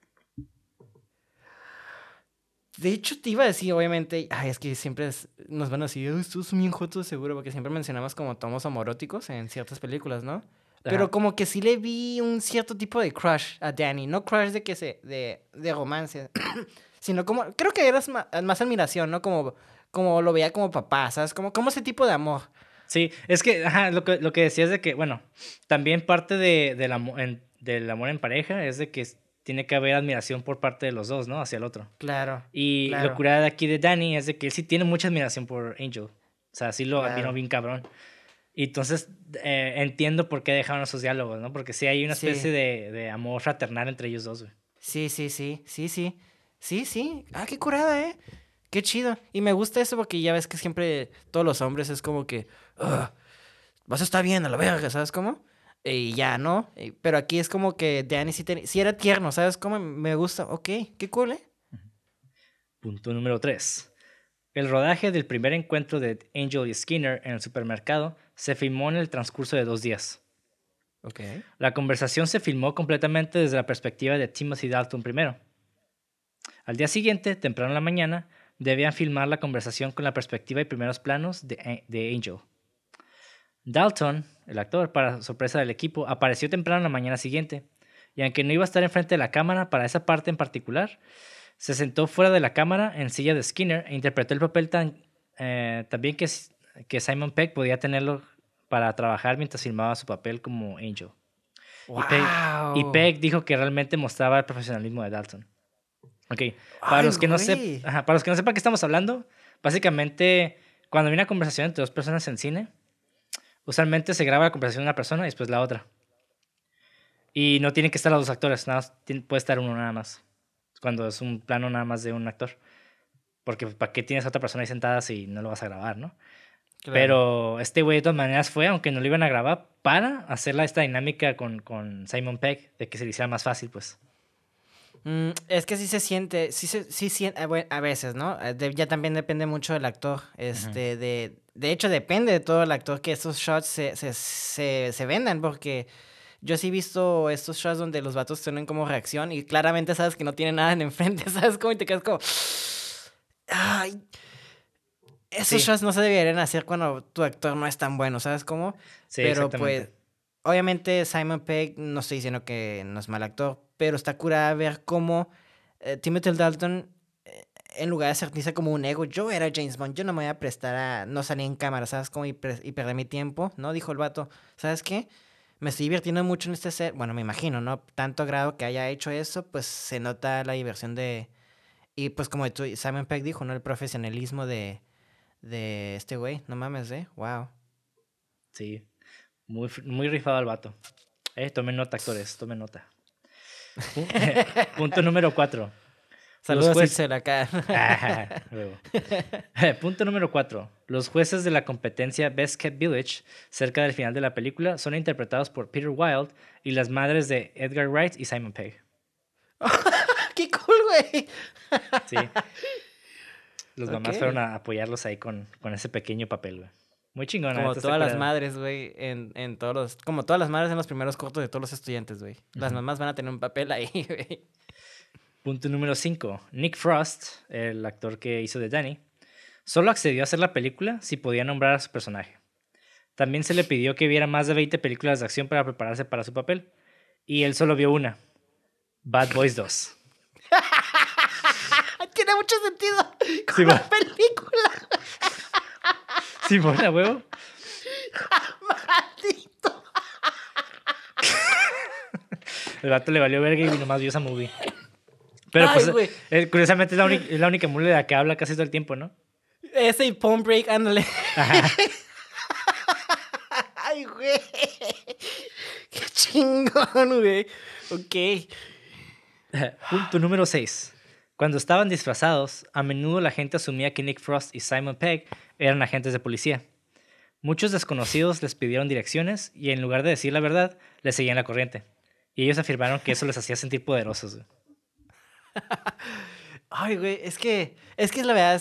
De hecho, te iba a decir, obviamente, es que siempre nos van a decir, estos son bien jotos seguro, porque siempre mencionamos como tomos homoróticos en ciertas películas, ¿no? Ajá. Pero como que sí le vi un cierto tipo de crush a Danny, no crush de que de romance, sino como, creo que era más admiración, ¿no? Como lo veía como papá, ¿sabes? Como ese tipo de amor. Sí, es que, lo que decías de que, bueno, también parte del amor en pareja es de que tiene que haber admiración por parte de los dos, ¿no? Hacia el otro. Claro. Y claro. lo curada de aquí de Danny es de que él sí tiene mucha admiración por Angel. O sea, sí lo admiro bien cabrón. Y entonces entiendo por qué dejaron esos diálogos, ¿no? Porque sí hay una especie Sí, de amor fraternal entre ellos dos, güey. sí, sí, sí, sí, sí. Sí, sí. Ah, qué curada, ¿eh? Qué chido. Y me gusta eso porque ya ves que siempre todos los hombres es como que, "Ugh, vas a estar bien a la verga, ¿sabes cómo? Y ya, ¿no? Pero aquí es como que Danny sí era tierno, ¿sabes cómo? Me gusta. Ok, qué cool, ¿eh? Punto número 3. El rodaje del primer encuentro de Angel y Skinner en el supermercado se filmó en el transcurso de 2 días. Ok. La conversación se filmó completamente desde la perspectiva de Timothy Dalton primero. Al día siguiente, temprano en la mañana, debían filmar la conversación con la perspectiva y primeros planos de Angel. Dalton, el actor, para sorpresa del equipo, apareció temprano en la mañana siguiente, y aunque no iba a estar enfrente de la cámara para esa parte en particular, se sentó fuera de la cámara en silla de Skinner e interpretó el papel tan bien que Simon Pegg podía tenerlo para trabajar mientras filmaba su papel como Angel. Y ¡Wow! Pegg dijo que realmente mostraba el profesionalismo de Dalton. Ok, ¡Ay, güey! para los que no sepan qué estamos hablando, básicamente cuando hay una conversación entre dos personas en cine, usualmente se graba la conversación de una persona y después la otra. Y no tienen que estar los dos actores, nada más puede estar uno nada más. Cuando es un plano nada más de un actor. Porque ¿para qué tienes a otra persona ahí sentada si no lo vas a grabar, no? Claro. Pero este güey de todas maneras fue, aunque no lo iban a grabar, para hacer esta dinámica con Simon Pegg, de que se le hiciera más fácil, pues. Es que sí se siente, sí siente, a veces, ¿no? Ya también depende mucho del actor. Ujú. De hecho, depende de todo el actor que estos shots se vendan, porque yo sí he visto estos shots donde los vatos tienen como reacción y claramente sabes que no tienen nada en enfrente, ¿sabes cómo? Y te quedas como, ay, esos Sí, shots no se deberían hacer cuando tu actor no es tan bueno, ¿sabes cómo? sí, Pero pues, exactamente. obviamente Simon Pegg, no estoy diciendo que no es mal actor, pero está curada ver cómo Timothy Dalton, en lugar de sentirse como un ego, yo era James Bond, yo no me voy a prestar a no salir en cámara, ¿sabes cómo? Y perder mi tiempo, ¿no? Dijo el vato, ¿sabes qué? Me estoy divirtiendo mucho en este set, bueno, me imagino, ¿no? Tanto grado que haya hecho eso, pues se nota la diversión de... Y pues como Simon Pegg dijo, ¿no? El profesionalismo de este güey, no mames, Wow. Sí, muy rifado el vato. Tomen nota, actores, tomen nota. Pu- Punto número 4. Los Saludos, jueces... Itzel, acá. Luego. Punto número 4. Los jueces de la competencia Best Kept Village, cerca del final de la película, son interpretados por Peter Wilde y las madres de Edgar Wright y Simon Pegg. ¡Qué cool, güey! Sí, los mamás fueron Ok. a apoyarlos ahí con ese pequeño papel, güey. Muy chingona, Como neta, está todas las curada. madres, güey, en todos los... Como todas las madres en los primeros cortos de todos los estudiantes, güey. Las Ujú. mamás van a tener un papel ahí, güey. Punto número 5. Nick Frost, el actor que hizo de Danny, solo accedió a hacer la película si podía nombrar a su personaje. También se le pidió que viera más de 20 películas de acción para prepararse para su papel, y él solo vio una, Bad Boys 2. Tiene mucho sentido con Simón, la película. Simón, a huevo. Maldito. El vato le valió verga y nomás vio esa movie. Pero Ay, pues, güey. curiosamente es la única movie de la que habla casi todo el tiempo, ¿no? Ese y Palm Break, ándale. Ajá. Ay, güey. Qué chingón, güey. Ok. Punto número 6. Cuando estaban disfrazados, a menudo la gente asumía que Nick Frost y Simon Pegg eran agentes de policía. Muchos desconocidos les pidieron direcciones y en lugar de decir la verdad, les seguían la corriente. Y ellos afirmaron que eso les hacía sentir poderosos, güey. Ay, güey, es que la verdad,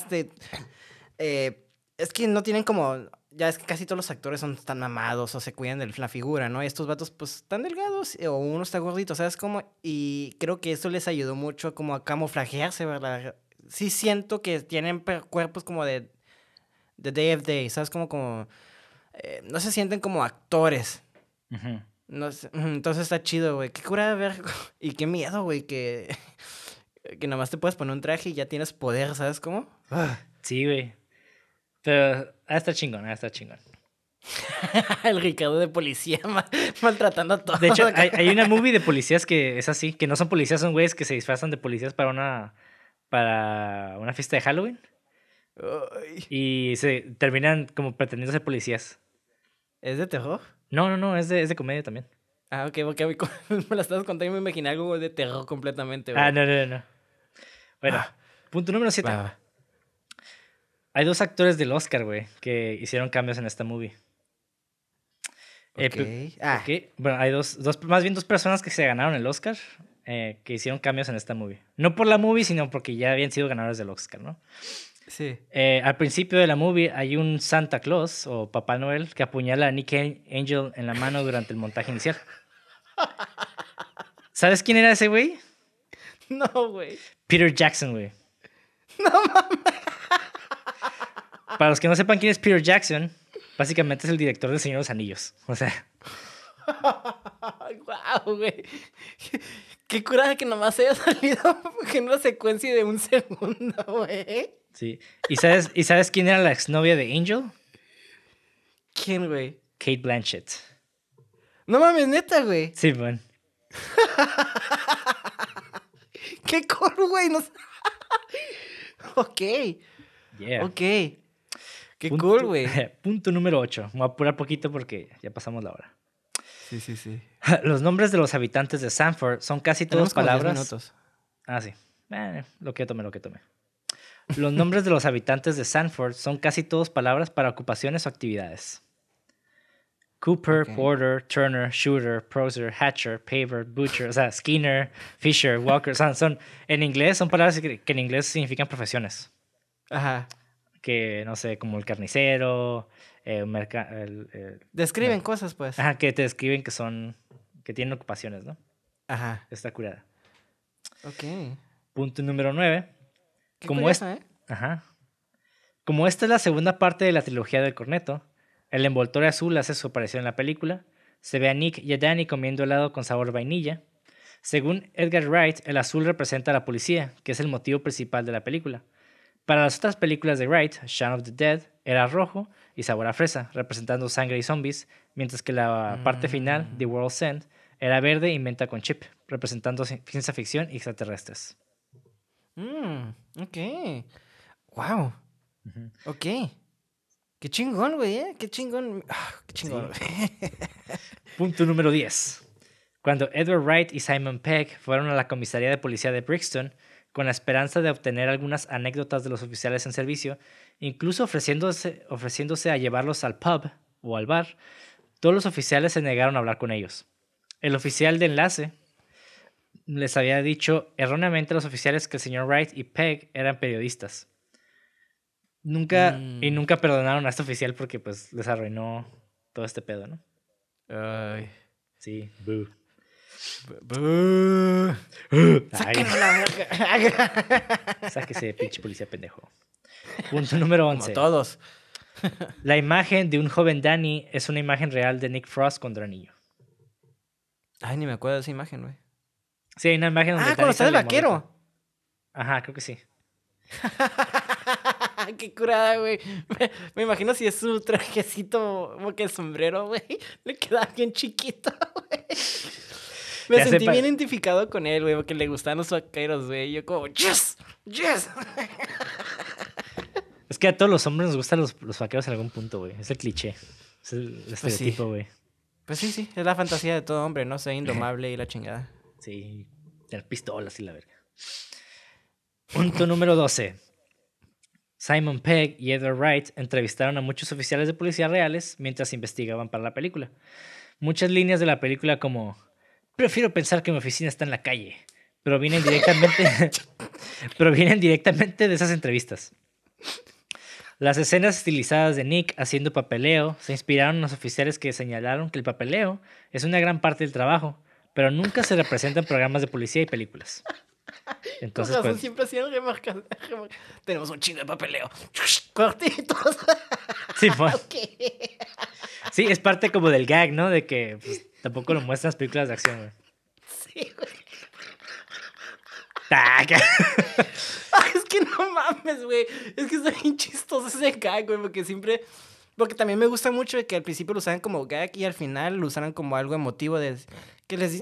es que no tienen como, ya es que casi todos los actores son tan mamados o se cuidan de la figura, ¿no? Y estos vatos, pues, están delgados o uno está gordito, ¿sabes cómo? Y creo que eso les ayudó mucho como a camuflajearse, ¿verdad? Sí siento que tienen cuerpos como de Day of Day, ¿sabes? No se sienten como actores. Ujú. No sé, entonces está chido, güey. Qué cura de ver. Y qué miedo, güey, que nomás te puedes poner un traje y ya tienes poder, ¿sabes cómo? Sí, güey. Pero está chingón, está chingón. El Ricardo de policía maltratando a De hecho, todos. hay una movie de policías que es así, que no son policías, son güeyes que se disfrazan de policías para una fiesta de Halloween. Ay. Y se terminan como pretendiendo ser policías. ¿Es de terror? No, es de comedia también. Ah, ok, porque me la estabas contando y me imaginé algo de terror completamente, Ah, güey. no. Bueno, Ah, punto número 7. va, va. Hay 2 actores del Oscar, güey, que hicieron cambios en esta movie. Ok. Ah, Ok, bueno, hay más bien 2 personas que se ganaron el Oscar, que hicieron cambios en esta movie. No por la movie, sino porque ya habían sido ganadores del Oscar, ¿no? sí. Al principio de la movie hay un Santa Claus o Papá Noel que apuñala a Nick Angel en la mano durante el montaje inicial. ¿Sabes quién era ese güey? No, güey. Peter Jackson, güey. Para los que no sepan quién es Peter Jackson, básicamente es el director de Señor de los Anillos. O sea, Wow, güey. Qué coraje que nomás haya salido en una secuencia de un segundo, güey. sí. ¿Y sabes quién era la exnovia de Angel? ¿Quién, güey? Kate Blanchett. No mames, neta, güey. Sí, bueno. Qué cool, güey. No... Ok, Yeah. ok. Qué cool, güey. Punto número 8. Me voy a apurar poquito porque ya pasamos la hora. Sí, sí, sí. Los nombres de los habitantes de Sanford son casi todos Tenemos como 10 palabras. minutos. Ah, sí. Lo que tome. Los nombres de los habitantes de Sanford son casi todos palabras para ocupaciones o actividades. Cooper, Ok. Porter, Turner, Shooter, Prosser, Hatcher, Paver, Butcher, o sea, Skinner, Fisher, Walker. O sea, en inglés son palabras que en inglés significan profesiones. Ajá. Que, no sé, como el carnicero, Describen cosas, pues. ajá, que te describen que tienen ocupaciones, ¿no? Ajá. Está curada. Ok. Punto número 9. Qué Como curioso, ¿eh? Ajá. Como esta es la segunda parte de la trilogía del corneto, el envoltorio azul hace su aparición en la película, se ve a Nick y a Danny comiendo helado con sabor vainilla. Según Edgar Wright, el azul representa a la policía, que es el motivo principal de la película. Para las otras películas de Wright, Shaun of the Dead era rojo y sabor a fresa, representando sangre y zombies, mientras que la parte final, The World's End, era verde y menta con chip, representando ciencia ficción y extraterrestres. Ok. Wow. Ok. Qué chingón, güey, ¿eh? Qué chingón. Qué chingón, güey. Punto número 10. Cuando Edward Wright y Simon Pegg fueron a la comisaría de policía de Brixton con la esperanza de obtener algunas anécdotas de los oficiales en servicio, incluso ofreciéndose a llevarlos al pub o al bar, todos los oficiales se negaron a hablar con ellos. El oficial de enlace les había dicho erróneamente a los oficiales que el señor Wright y Pegg eran periodistas. Nunca perdonaron a este oficial porque pues les arruinó todo este pedo, ¿no? Ay. Sí, boo. Sáquenme la verga. Sáquese, pinche policía pendejo. Punto número Como 11. todos. La imagen de un joven Danny es una imagen real de Nick Frost cuando era niño. Ay, ni me acuerdo de esa imagen, güey. Sí, hay una imagen donde Cuando está de sale vaquero. morrito. Ajá, creo que sí. Qué curada, güey. Me imagino si es su trajecito, como que el sombrero, güey. Le queda bien chiquito, güey. Me Ya sentí sepa- bien identificado con él, güey, porque le gustaban los vaqueros, güey. Yo como, yes, yes. Es que a todos los hombres nos gustan los vaqueros en algún punto, güey. Es el cliché. Es el estereotipo, güey. Pues sí, es la fantasía de todo hombre, ¿no? Ser indomable y la chingada. Sí, tener pistolas y la verga. Punto número 12. Simon Pegg y Edward Wright entrevistaron a muchos oficiales de policía reales mientras investigaban para la película. Muchas líneas de la película como prefiero pensar que mi oficina está en la calle provienen directamente de esas entrevistas. Las escenas estilizadas de Nick haciendo papeleo se inspiraron en los oficiales que señalaron que el papeleo es una gran parte del trabajo, pero nunca se representa en programas de policía y películas. Entonces, Con razón pues, siempre hacían remarcas. Tenemos un chingo de papeleo. Cortitos. sí, pues, Ok. sí, es parte como del gag, ¿no? De que pues, tampoco lo muestran las películas de acción, güey. Sí, güey. Ah, que- Ay, es que no mames, güey. Es que está bien chistoso ese gag, güey, porque siempre... Porque también me gusta mucho de que al principio lo usaban como gag y al final lo usaran como algo emotivo de... Que les...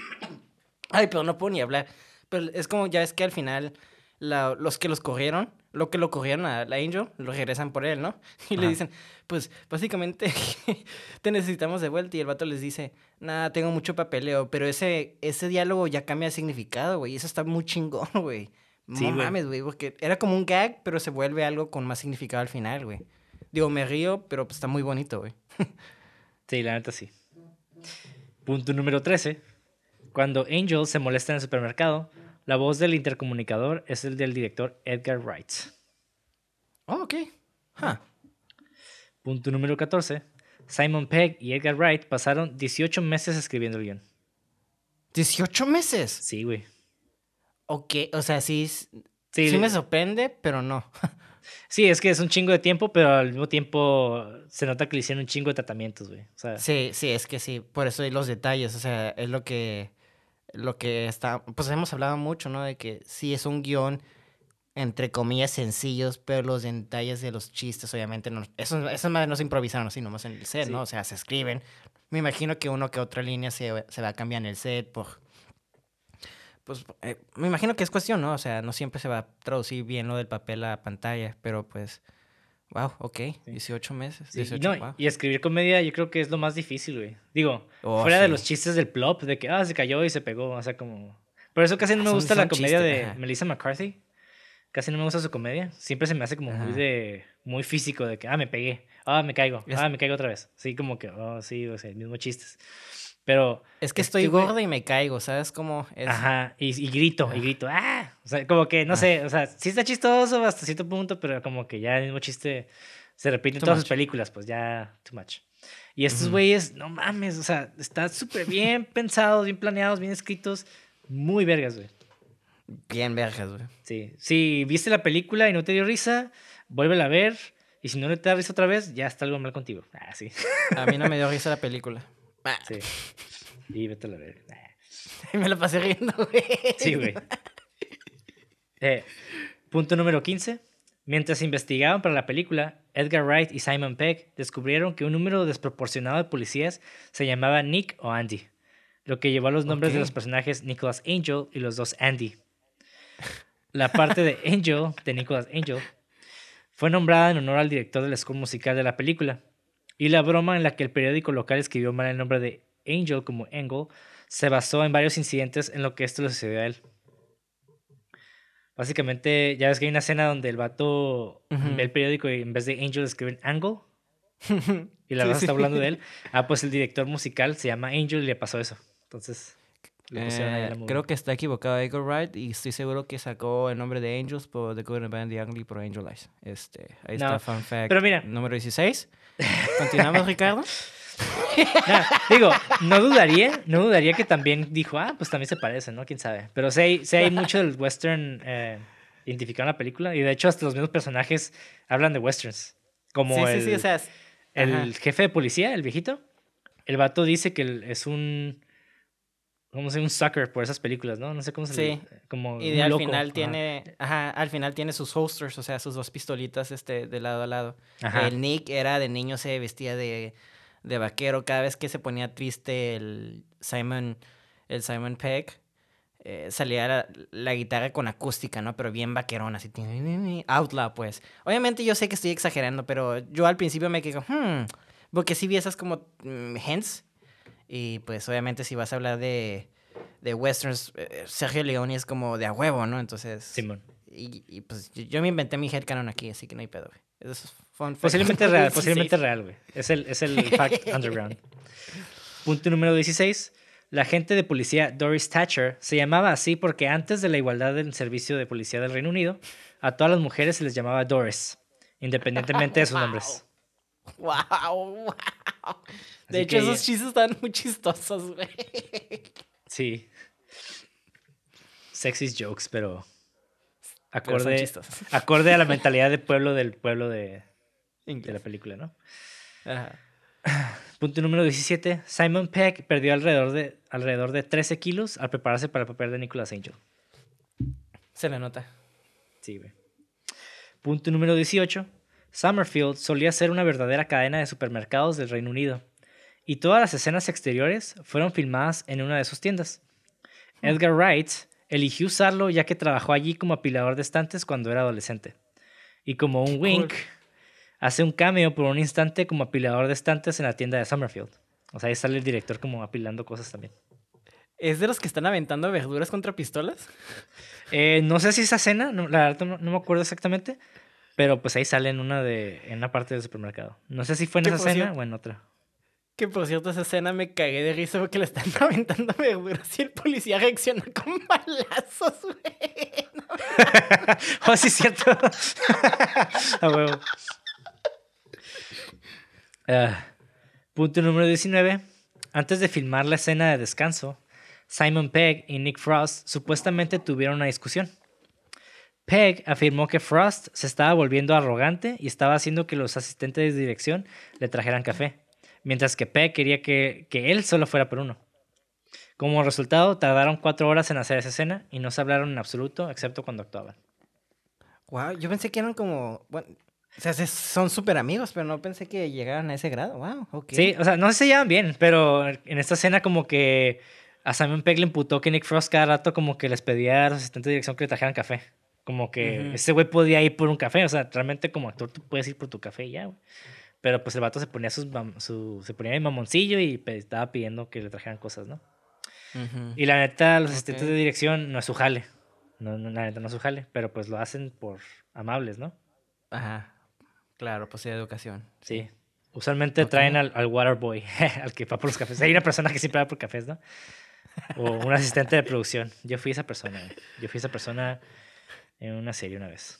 Ay, pero no puedo ni hablar. Pero es como, ya es que al final los que los corrieron lo que lo corrieron a la Angel, lo regresan por él, ¿no? Y le Ajá. dicen, pues básicamente te necesitamos de vuelta. Y el vato les dice, nada, tengo mucho papeleo, pero ese diálogo ya cambia de significado, güey. Eso está muy chingón, güey. Sí, No güey. mames, güey, porque era como un gag, pero se vuelve algo con más significado al final, güey. Digo, me río, pero pues, está muy bonito, güey. Sí, la neta sí. Punto número 13. Cuando Angel se molesta en el supermercado, la voz del intercomunicador es el del director Edgar Wright. Oh, ok. Huh. Punto número 14. Simon Pegg y Edgar Wright pasaron 18 meses escribiendo el guión. 18 meses. Sí, güey. Ok, o sea, sí, Sí, sí me sorprende, pero no. sí, es que es un chingo de tiempo, pero al mismo tiempo se nota que le hicieron un chingo de tratamientos, güey. O sea, Sí, sí, es que sí, por eso hay los detalles, o sea, es lo que está, pues hemos hablado mucho, ¿no? De que sí es un guión, entre comillas, sencillos, pero los detalles de los chistes, obviamente, no, eso no se improvisaron así nomás en el set, ¿no? sí. O sea, se escriben. Me imagino que uno que otra línea se va a cambiar en el set pues, me imagino que es cuestión, ¿no? O sea, no siempre se va a traducir bien lo del papel a pantalla, pero pues, wow, ok, Sí. 18 meses, Sí, 18, no, wow. y escribir comedia yo creo que es lo más difícil, güey. Digo, Oh, fuera de sí. los chistes del plop, de que, se cayó y se pegó, o sea, como... Por eso casi no me gusta la Son comedia chistes, de ajá, Melissa McCarthy. Casi no me gusta su comedia. Siempre se me hace como ajá. muy físico, de que, me pegué, Es, me caigo otra vez. Sí, como que, sí, o sea, el mismo chistes. Pero, es que estoy este, güey, gorda y me caigo, ¿sabes cómo es? ajá, y grito, Ah, O sea, como que, no ah, sé, o sea, sí está chistoso hasta cierto punto, pero como que ya el mismo chiste se repite en too todas sus much. películas, pues ya, too much. Y estos Ujú. güeyes, no mames, o sea, están súper bien pensados, bien planeados, bien escritos, muy vergas, güey. Bien vergas, güey. Sí, si viste la película y no te dio risa, vuélvela a ver, y si no te da risa otra vez, ya está algo mal contigo. Sí, A mí no me dio risa la película. Ah, sí, y vete a la ver. me la pasé riendo, güey. Sí, güey. Eh, Punto número 15. Mientras investigaban para la película, Edgar Wright y Simon Pegg descubrieron que un número desproporcionado de policías se llamaba Nick o Andy, lo que llevó a los Ok. nombres de los personajes Nicholas Angel y los dos Andy. La parte de Angel, de Nicholas Angel, fue nombrada en honor al director del score musical de la película, y la broma en la que el periódico local escribió mal el nombre de Angel como Engel se basó en varios incidentes en lo que esto le sucedió a él. Básicamente, ya ves que hay una escena donde el vato ve Ujú. el periódico y en vez de Angel escriben Angle y la Sí, raza sí. está hablando de él. Pues el director musical se llama Angel y le pasó eso. Entonces, le pusieron ahí a la movie. Creo que está equivocado Edgar Wright y estoy seguro que sacó el nombre de Angels por The Good and Bad and the Ugly por Angel Eyes. Ahí está, No, fun pero fact mira, número 16. ¿Continuamos, Ricardo? digo, no dudaría que también dijo, pues también se parecen, ¿no? Quién sabe. Pero sí hay mucho del western identificado en la película y de hecho hasta los mismos personajes hablan de westerns. Como Sí, sí, sí, o sea, el ajá. jefe de policía, el viejito. El vato dice que es un, ¿cómo se llama? Un sucker por esas películas, ¿no? No sé cómo se le... Sí. Como Y de un al loco. final Ajá. al final tiene sus holsters, o sea, sus dos pistolitas, de lado a lado. Ajá. El Nick era de niño, se vestía de vaquero. Cada vez que se ponía triste el Simon Pegg, salía la guitarra con acústica, ¿no? Pero bien vaquerona, así. Outlaw, pues. Obviamente yo sé que estoy exagerando, pero yo al principio me quedo, porque sí vi esas como hints. Y pues obviamente si vas a hablar de westerns, Sergio Leone es como de a huevo, ¿no? Entonces, Simón. y pues yo me inventé mi headcanon aquí, así que no hay pedo, güey. Eso es fun fact número Posiblemente 16. real, güey. Es el fact underground. Punto número 16. La agente de policía Doris Thatcher se llamaba así porque antes de la igualdad del servicio de policía del Reino Unido, a todas las mujeres se les llamaba Doris, independientemente de sus Wow. nombres. Wow, wow. De Así hecho, esos que, chistes están muy chistosos, güey. sí, sexist jokes, pero Pero son acorde, chistosos. acorde a la mentalidad del pueblo de la Inglés. película, ¿no? Ajá. Punto número 17. Simon Pegg perdió alrededor de 13 kilos al prepararse para el papel de Nicholas Angel. Se le nota. Sí, güey. Punto número 18. Summerfield solía ser una verdadera cadena de supermercados del Reino Unido, y todas las escenas exteriores fueron filmadas en una de sus tiendas. Edgar Wright eligió usarlo ya que trabajó allí como apilador de estantes cuando era adolescente. Y como un wink, hace un cameo por un instante como apilador de estantes en la tienda de Summerfield. O sea, ahí sale el director como apilando cosas también. ¿Es de los que están aventando verduras contra pistolas? No sé si esa escena, la verdad no me acuerdo exactamente, pero pues ahí sale en una parte del supermercado. No sé si fue en esa escena o en otra. Que por cierto, esa escena me cagué de risa porque le están aventando verduras y el policía reacciona con balazos, güey. Oh, sí, es cierto. A huevo. Punto número 19. Antes de filmar la escena de descanso, Simon Pegg y Nick Frost supuestamente tuvieron una discusión. Pegg afirmó que Frost se estaba volviendo arrogante y estaba haciendo que los asistentes de dirección le trajeran café, mientras que Pegg quería que él solo fuera por uno. Como resultado, tardaron 4 horas en hacer esa escena y no se hablaron en absoluto, excepto cuando actuaban. Wow, yo pensé que eran como... Bueno, o sea, son súper amigos, pero no pensé que llegaran a ese grado. Wow, ok. Sí, o sea, no se llevan bien, pero en esta escena como que a Simon Pegg le imputó que Nick Frost cada rato como que les pedía a los asistentes de dirección que le trajeran café. Como que ese güey podía ir por un café, o sea, realmente como actor tú puedes ir por tu café y ya, güey. Pero pues el vato se ponía se ponía de mamoncillo y estaba pidiendo que le trajeran cosas, ¿no? Y la neta, los asistentes de dirección no es su jale. No, la neta no es su jale, pero pues lo hacen por amables, ¿no? Ajá. Claro, pues sí, educación. Sí. Usualmente traen al waterboy, al que va por los cafés. Hay una persona que siempre va por cafés, ¿no? O un asistente de producción. Yo fui esa persona, güey. Yo fui esa persona en una serie una vez.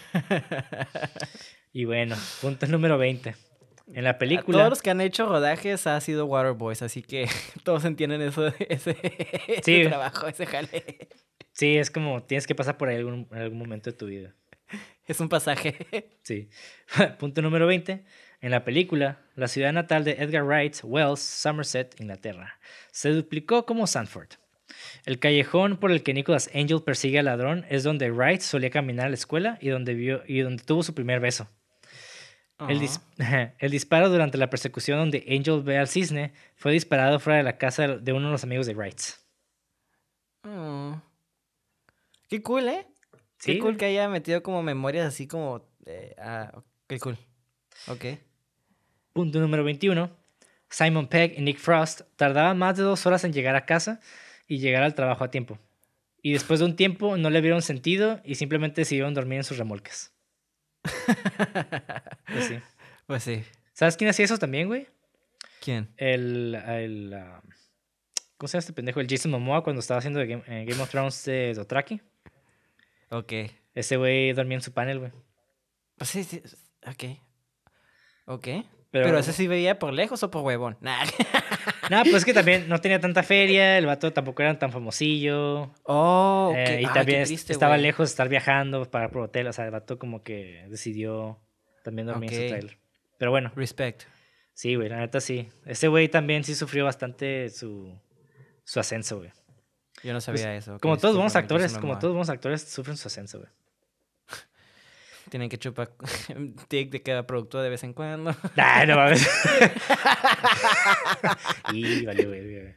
Y bueno, punto número 20. En la película... Todos los que han hecho rodajes ha sido Waterboys, así que todos entienden eso, ese trabajo, ese jale. Sí, es como tienes que pasar por ahí en algún momento de tu vida. Es un pasaje. Sí. Punto número 20. En la película, la ciudad natal de Edgar Wright, Wells, Somerset, Inglaterra, se duplicó como Sanford. El callejón por el que Nicholas Angel persigue al ladrón es donde Wright solía caminar a la escuela y donde tuvo su primer beso. El disparo durante la persecución donde Angel ve al cisne fue disparado fuera de la casa de uno de los amigos de Wright. Qué cool, ¿eh? Sí, qué cool que haya metido como memorias así como... qué cool. Ok. Punto número 21. Simon Pegg y Nick Frost tardaban más de 2 horas en llegar a casa y llegar al trabajo a tiempo. Y después de un tiempo no le vieron sentido y simplemente decidieron dormir en sus remolques. Pues sí. Pues sí. ¿Sabes quién hacía eso también, güey? ¿Quién? ¿Cómo se llama este pendejo? El Jason Momoa cuando estaba haciendo Game of Thrones de Dothraki. Ok. Ese güey dormía en su panel, güey. Pues sí, sí. Ok. Pero ese sí veía por lejos o por huevón. Nah. No, pues es que también no tenía tanta feria, el vato tampoco era tan famosillo. Oh, ok. Y también estaba lejos de estar viajando para por hotel. O sea, el vato como que decidió también dormir en su trailer. Pero bueno. Respect. Sí, güey, la neta sí. Ese güey también sí sufrió bastante su ascenso, güey. Yo no sabía eso. Como todos buenos actores, sufren su ascenso, güey. Tienen que chupar tic de cada producto de vez en cuando. Nah, no mames. Y valió, güey.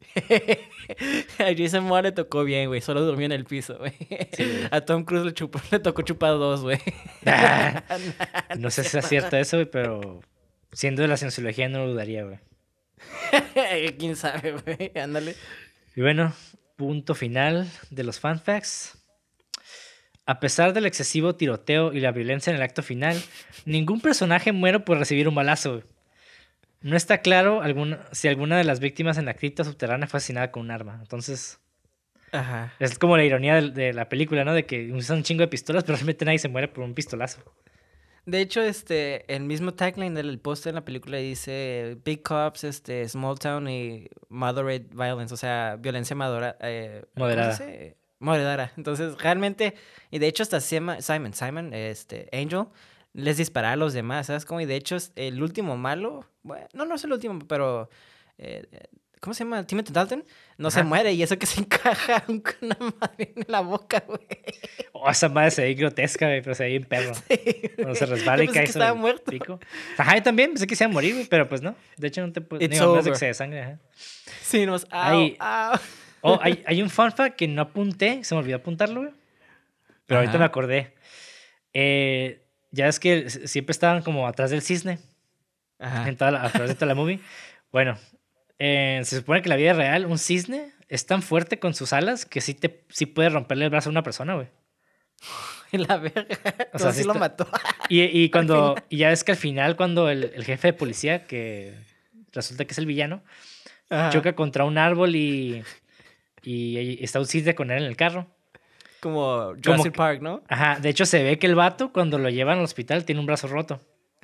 A Jason Moore le tocó bien, güey. Solo durmió en el piso, güey. Sí, a Tom Cruise le tocó chupar 2, güey. No sé si es cierto eso, güey, pero siendo de la cienciología no lo dudaría, güey. ¿Quién sabe, güey? Ándale. Y bueno, punto final de los fanfacts. A pesar del excesivo tiroteo y la violencia en el acto final, ningún personaje muere por recibir un balazo, güey. No está claro si alguna de las víctimas en la cripta subterránea fue asesinada con un arma. Entonces, ajá, es como la ironía de la película, ¿no? De que usan un chingo de pistolas, pero realmente nadie se muere por un pistolazo. De hecho, el mismo tagline del póster en la película dice Big Cops, Small Town y Moderate Violence, o sea, violencia moderada. Moderada. Entonces, realmente, y de hecho hasta Simon, Angel, les dispara a los demás, ¿sabes cómo? Y de hecho, el último malo, bueno, no es el último, pero, ¿cómo se llama? Timothy Dalton, no se muere, y eso que se encaja una madre en la boca, güey. Oh, esa madre se ve grotesca, güey, pero se ve bien perro. Sí, cuando se resbala y cae sobre el pico. Ajá, yo también pensé que se iba a morir, güey, pero pues no. De hecho, no te puedes... Ni más de que se desangre, ajá. Sí, hay un fun fact que no apunté, se me olvidó apuntarlo, güey. Pero ahorita me acordé. ya es que siempre estaban como atrás del cisne, Ajá. a través de toda la movie. Bueno, se supone que en la vida real un cisne es tan fuerte con sus alas que sí puede romperle el brazo a una persona, güey. Y la verga. O sea, Entonces sí sí lo está. mató al final. Y ya ves que al final, cuando el jefe de policía, que resulta que es el villano, Ajá. choca contra un árbol y está un cisne con él en el carro. Como Como Jurassic que, Park, ¿no? ajá, de hecho se ve que el vato cuando lo llevan al hospital tiene un brazo roto.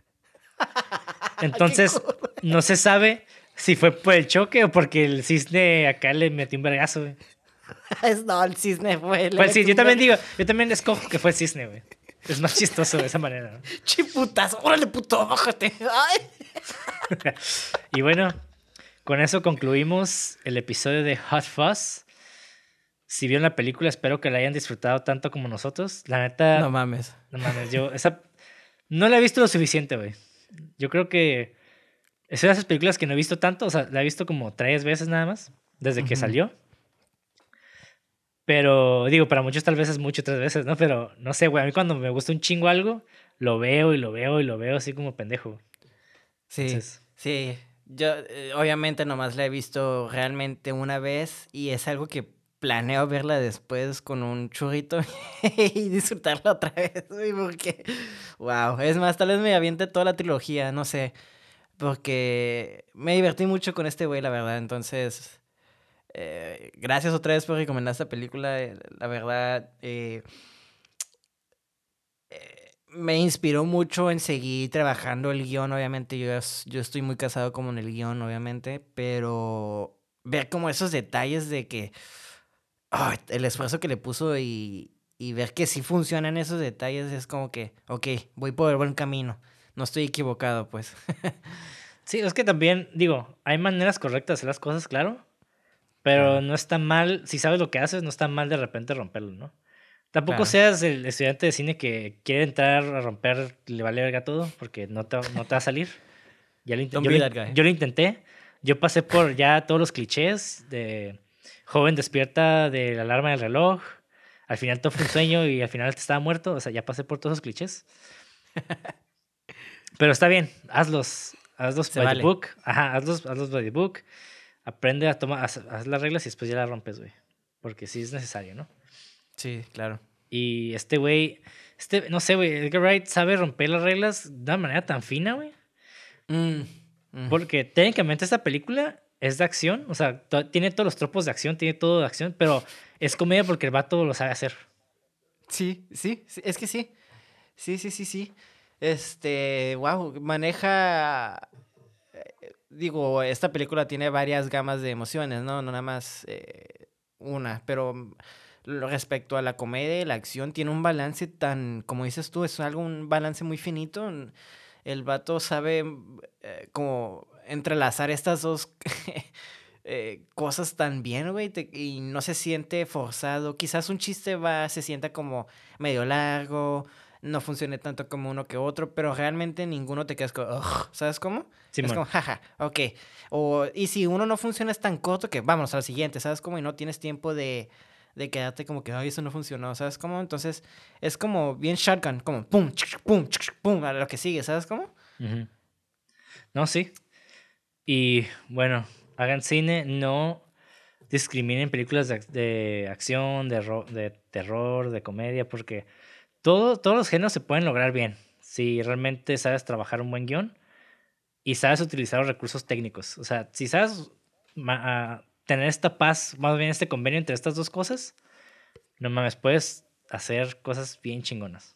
Qué Entonces, cool. no se sabe si fue por el choque o porque el cisne acá le metió un vergazo, güey. No, el cisne fue, le Pues sí, metió un yo también escojo que fue el cisne, güey. Es más chistoso de esa manera, ¿no? Chiputas, órale, puto, bájate. Ay. Y bueno, con eso concluimos el episodio de Hot Fuzz. Si vieron la película, espero que la hayan disfrutado tanto como nosotros. La No neta, mames. no mames, no la he visto lo suficiente, güey. Yo creo que es de esas películas que no he visto tanto, o sea, la he visto como 3 veces nada más, desde que Ujú. salió. Pero digo, para muchos tal vez es mucho 3 veces, ¿no? Pero no sé, güey, a mí cuando me gusta un chingo algo, lo veo y lo veo y lo veo así como pendejo. Sí, Entonces, sí. Yo obviamente nomás la he visto realmente una vez y es algo que planeo verla después con un churrito y disfrutarla otra vez, güey, porque, wow, es más, tal vez me aviente toda la trilogía, no sé, porque me divertí mucho con este güey, la verdad, entonces, gracias otra vez por recomendar esta película, la verdad, me inspiró mucho en seguir trabajando el guión, obviamente. Yo estoy muy casado como en el guión, obviamente, pero ver como esos detalles de que el esfuerzo que le puso y ver que sí funcionan esos detalles es como que, ok, voy por el buen camino. No estoy equivocado, pues. sí, es que también, digo, hay maneras correctas de hacer las cosas, claro, pero Claro, no está mal, si sabes lo que haces, no está mal de repente romperlo, ¿no? Tampoco claro. seas el estudiante de cine que quiere entrar a romper, le vale verga todo, porque no te va a salir. Don't be that guy. Yo lo intenté. Yo pasé por ya todos los clichés de joven despierta de la alarma del reloj. Al final todo fue un sueño y al final te estaba muerto. O sea, ya pasé por todos esos clichés. Pero está bien, hazlos Se by the vale. book. Ajá, hazlos by the book. Aprende a tomar, haz las reglas y después ya las rompes, güey. Porque sí es necesario, ¿no? Sí, claro. Y este güey, no sé, güey, Edgar Wright sabe romper las reglas de una manera tan fina, güey. Mm, mm. Porque técnicamente esta película es de acción, o sea, tiene todos los tropos de acción, tiene todo de acción, pero es comedia porque el vato lo sabe hacer. Sí, sí, sí, es que sí. Sí, sí, sí, sí. Wow, maneja. Digo, esta película tiene varias gamas de emociones, ¿no? No nada más una, pero respecto a la comedia y la acción, tiene un balance tan, como dices tú, es algo, un balance muy finito. El vato sabe como entrelazar estas dos cosas tan bien, güey, y no se siente forzado. Quizás un chiste se sienta como medio largo, no funcione tanto como uno que otro, pero realmente ninguno te quedas como, "Ugh", ¿sabes cómo? Es Simón. como, jaja, ok. Y si uno no funciona es tan corto que vamos al siguiente, ¿sabes cómo? Y no tienes tiempo de quedarte como que, ay, eso no funcionó, ¿sabes cómo? Entonces es como bien shotgun, como pum, pum, pum, a lo que sigue, ¿sabes cómo? Ujú. No, sí. Y bueno, hagan cine, no discriminen películas de acción, de terror, de comedia, porque todos los géneros se pueden lograr bien si realmente sabes trabajar un buen guión y sabes utilizar los recursos técnicos. O sea, si sabes tener esta paz, más bien este convenio entre estas dos cosas, no mames, puedes hacer cosas bien chingonas.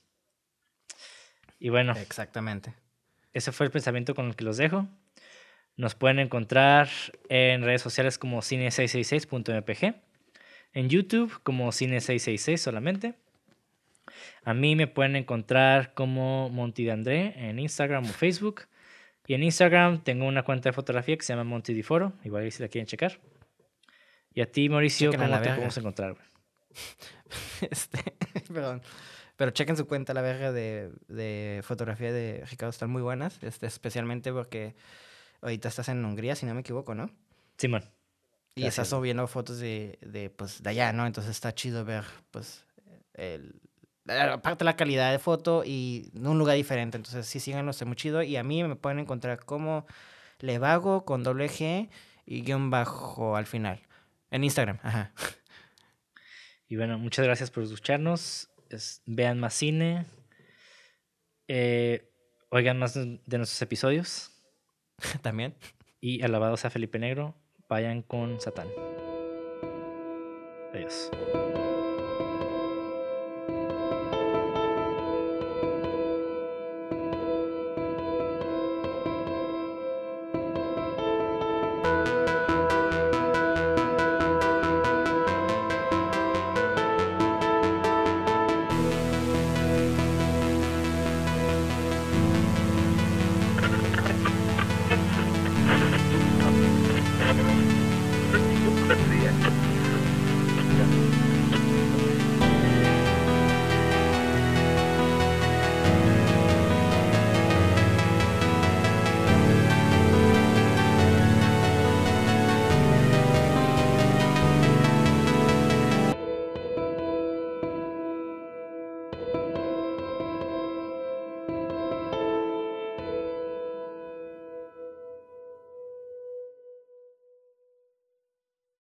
Y bueno, Exactamente. ese fue el pensamiento con el que los dejo. Nos pueden encontrar en redes sociales como cine666.mpg, en YouTube como cine666 solamente. A mí me pueden encontrar como Monty de André en Instagram o Facebook. Y en Instagram tengo una cuenta de fotografía que se llama Monty Di Foro, igual ahí si la quieren checar. Y a ti, Mauricio, Chequen a la ¿cómo te verga. podemos encontrar, güey? Este, perdón. Pero chequen su cuenta, la verga de fotografía de Ricardo, están muy buenas, especialmente porque ahorita estás en Hungría, si no me equivoco, ¿no? Simón, Y estás gracias, güey. subiendo fotos de allá, ¿no? Entonces está chido ver, pues, el, aparte la calidad de foto y un lugar diferente. Entonces sí, síganlo, está muy chido. Y a mí me pueden encontrar como Levago con doble G y guión bajo al final. En Instagram, ajá. Y bueno, muchas gracias por escucharnos. Vean más cine. Oigan más de nuestros episodios. También. Y alabado sea Felipe Negro. Vayan con Satán. Adiós.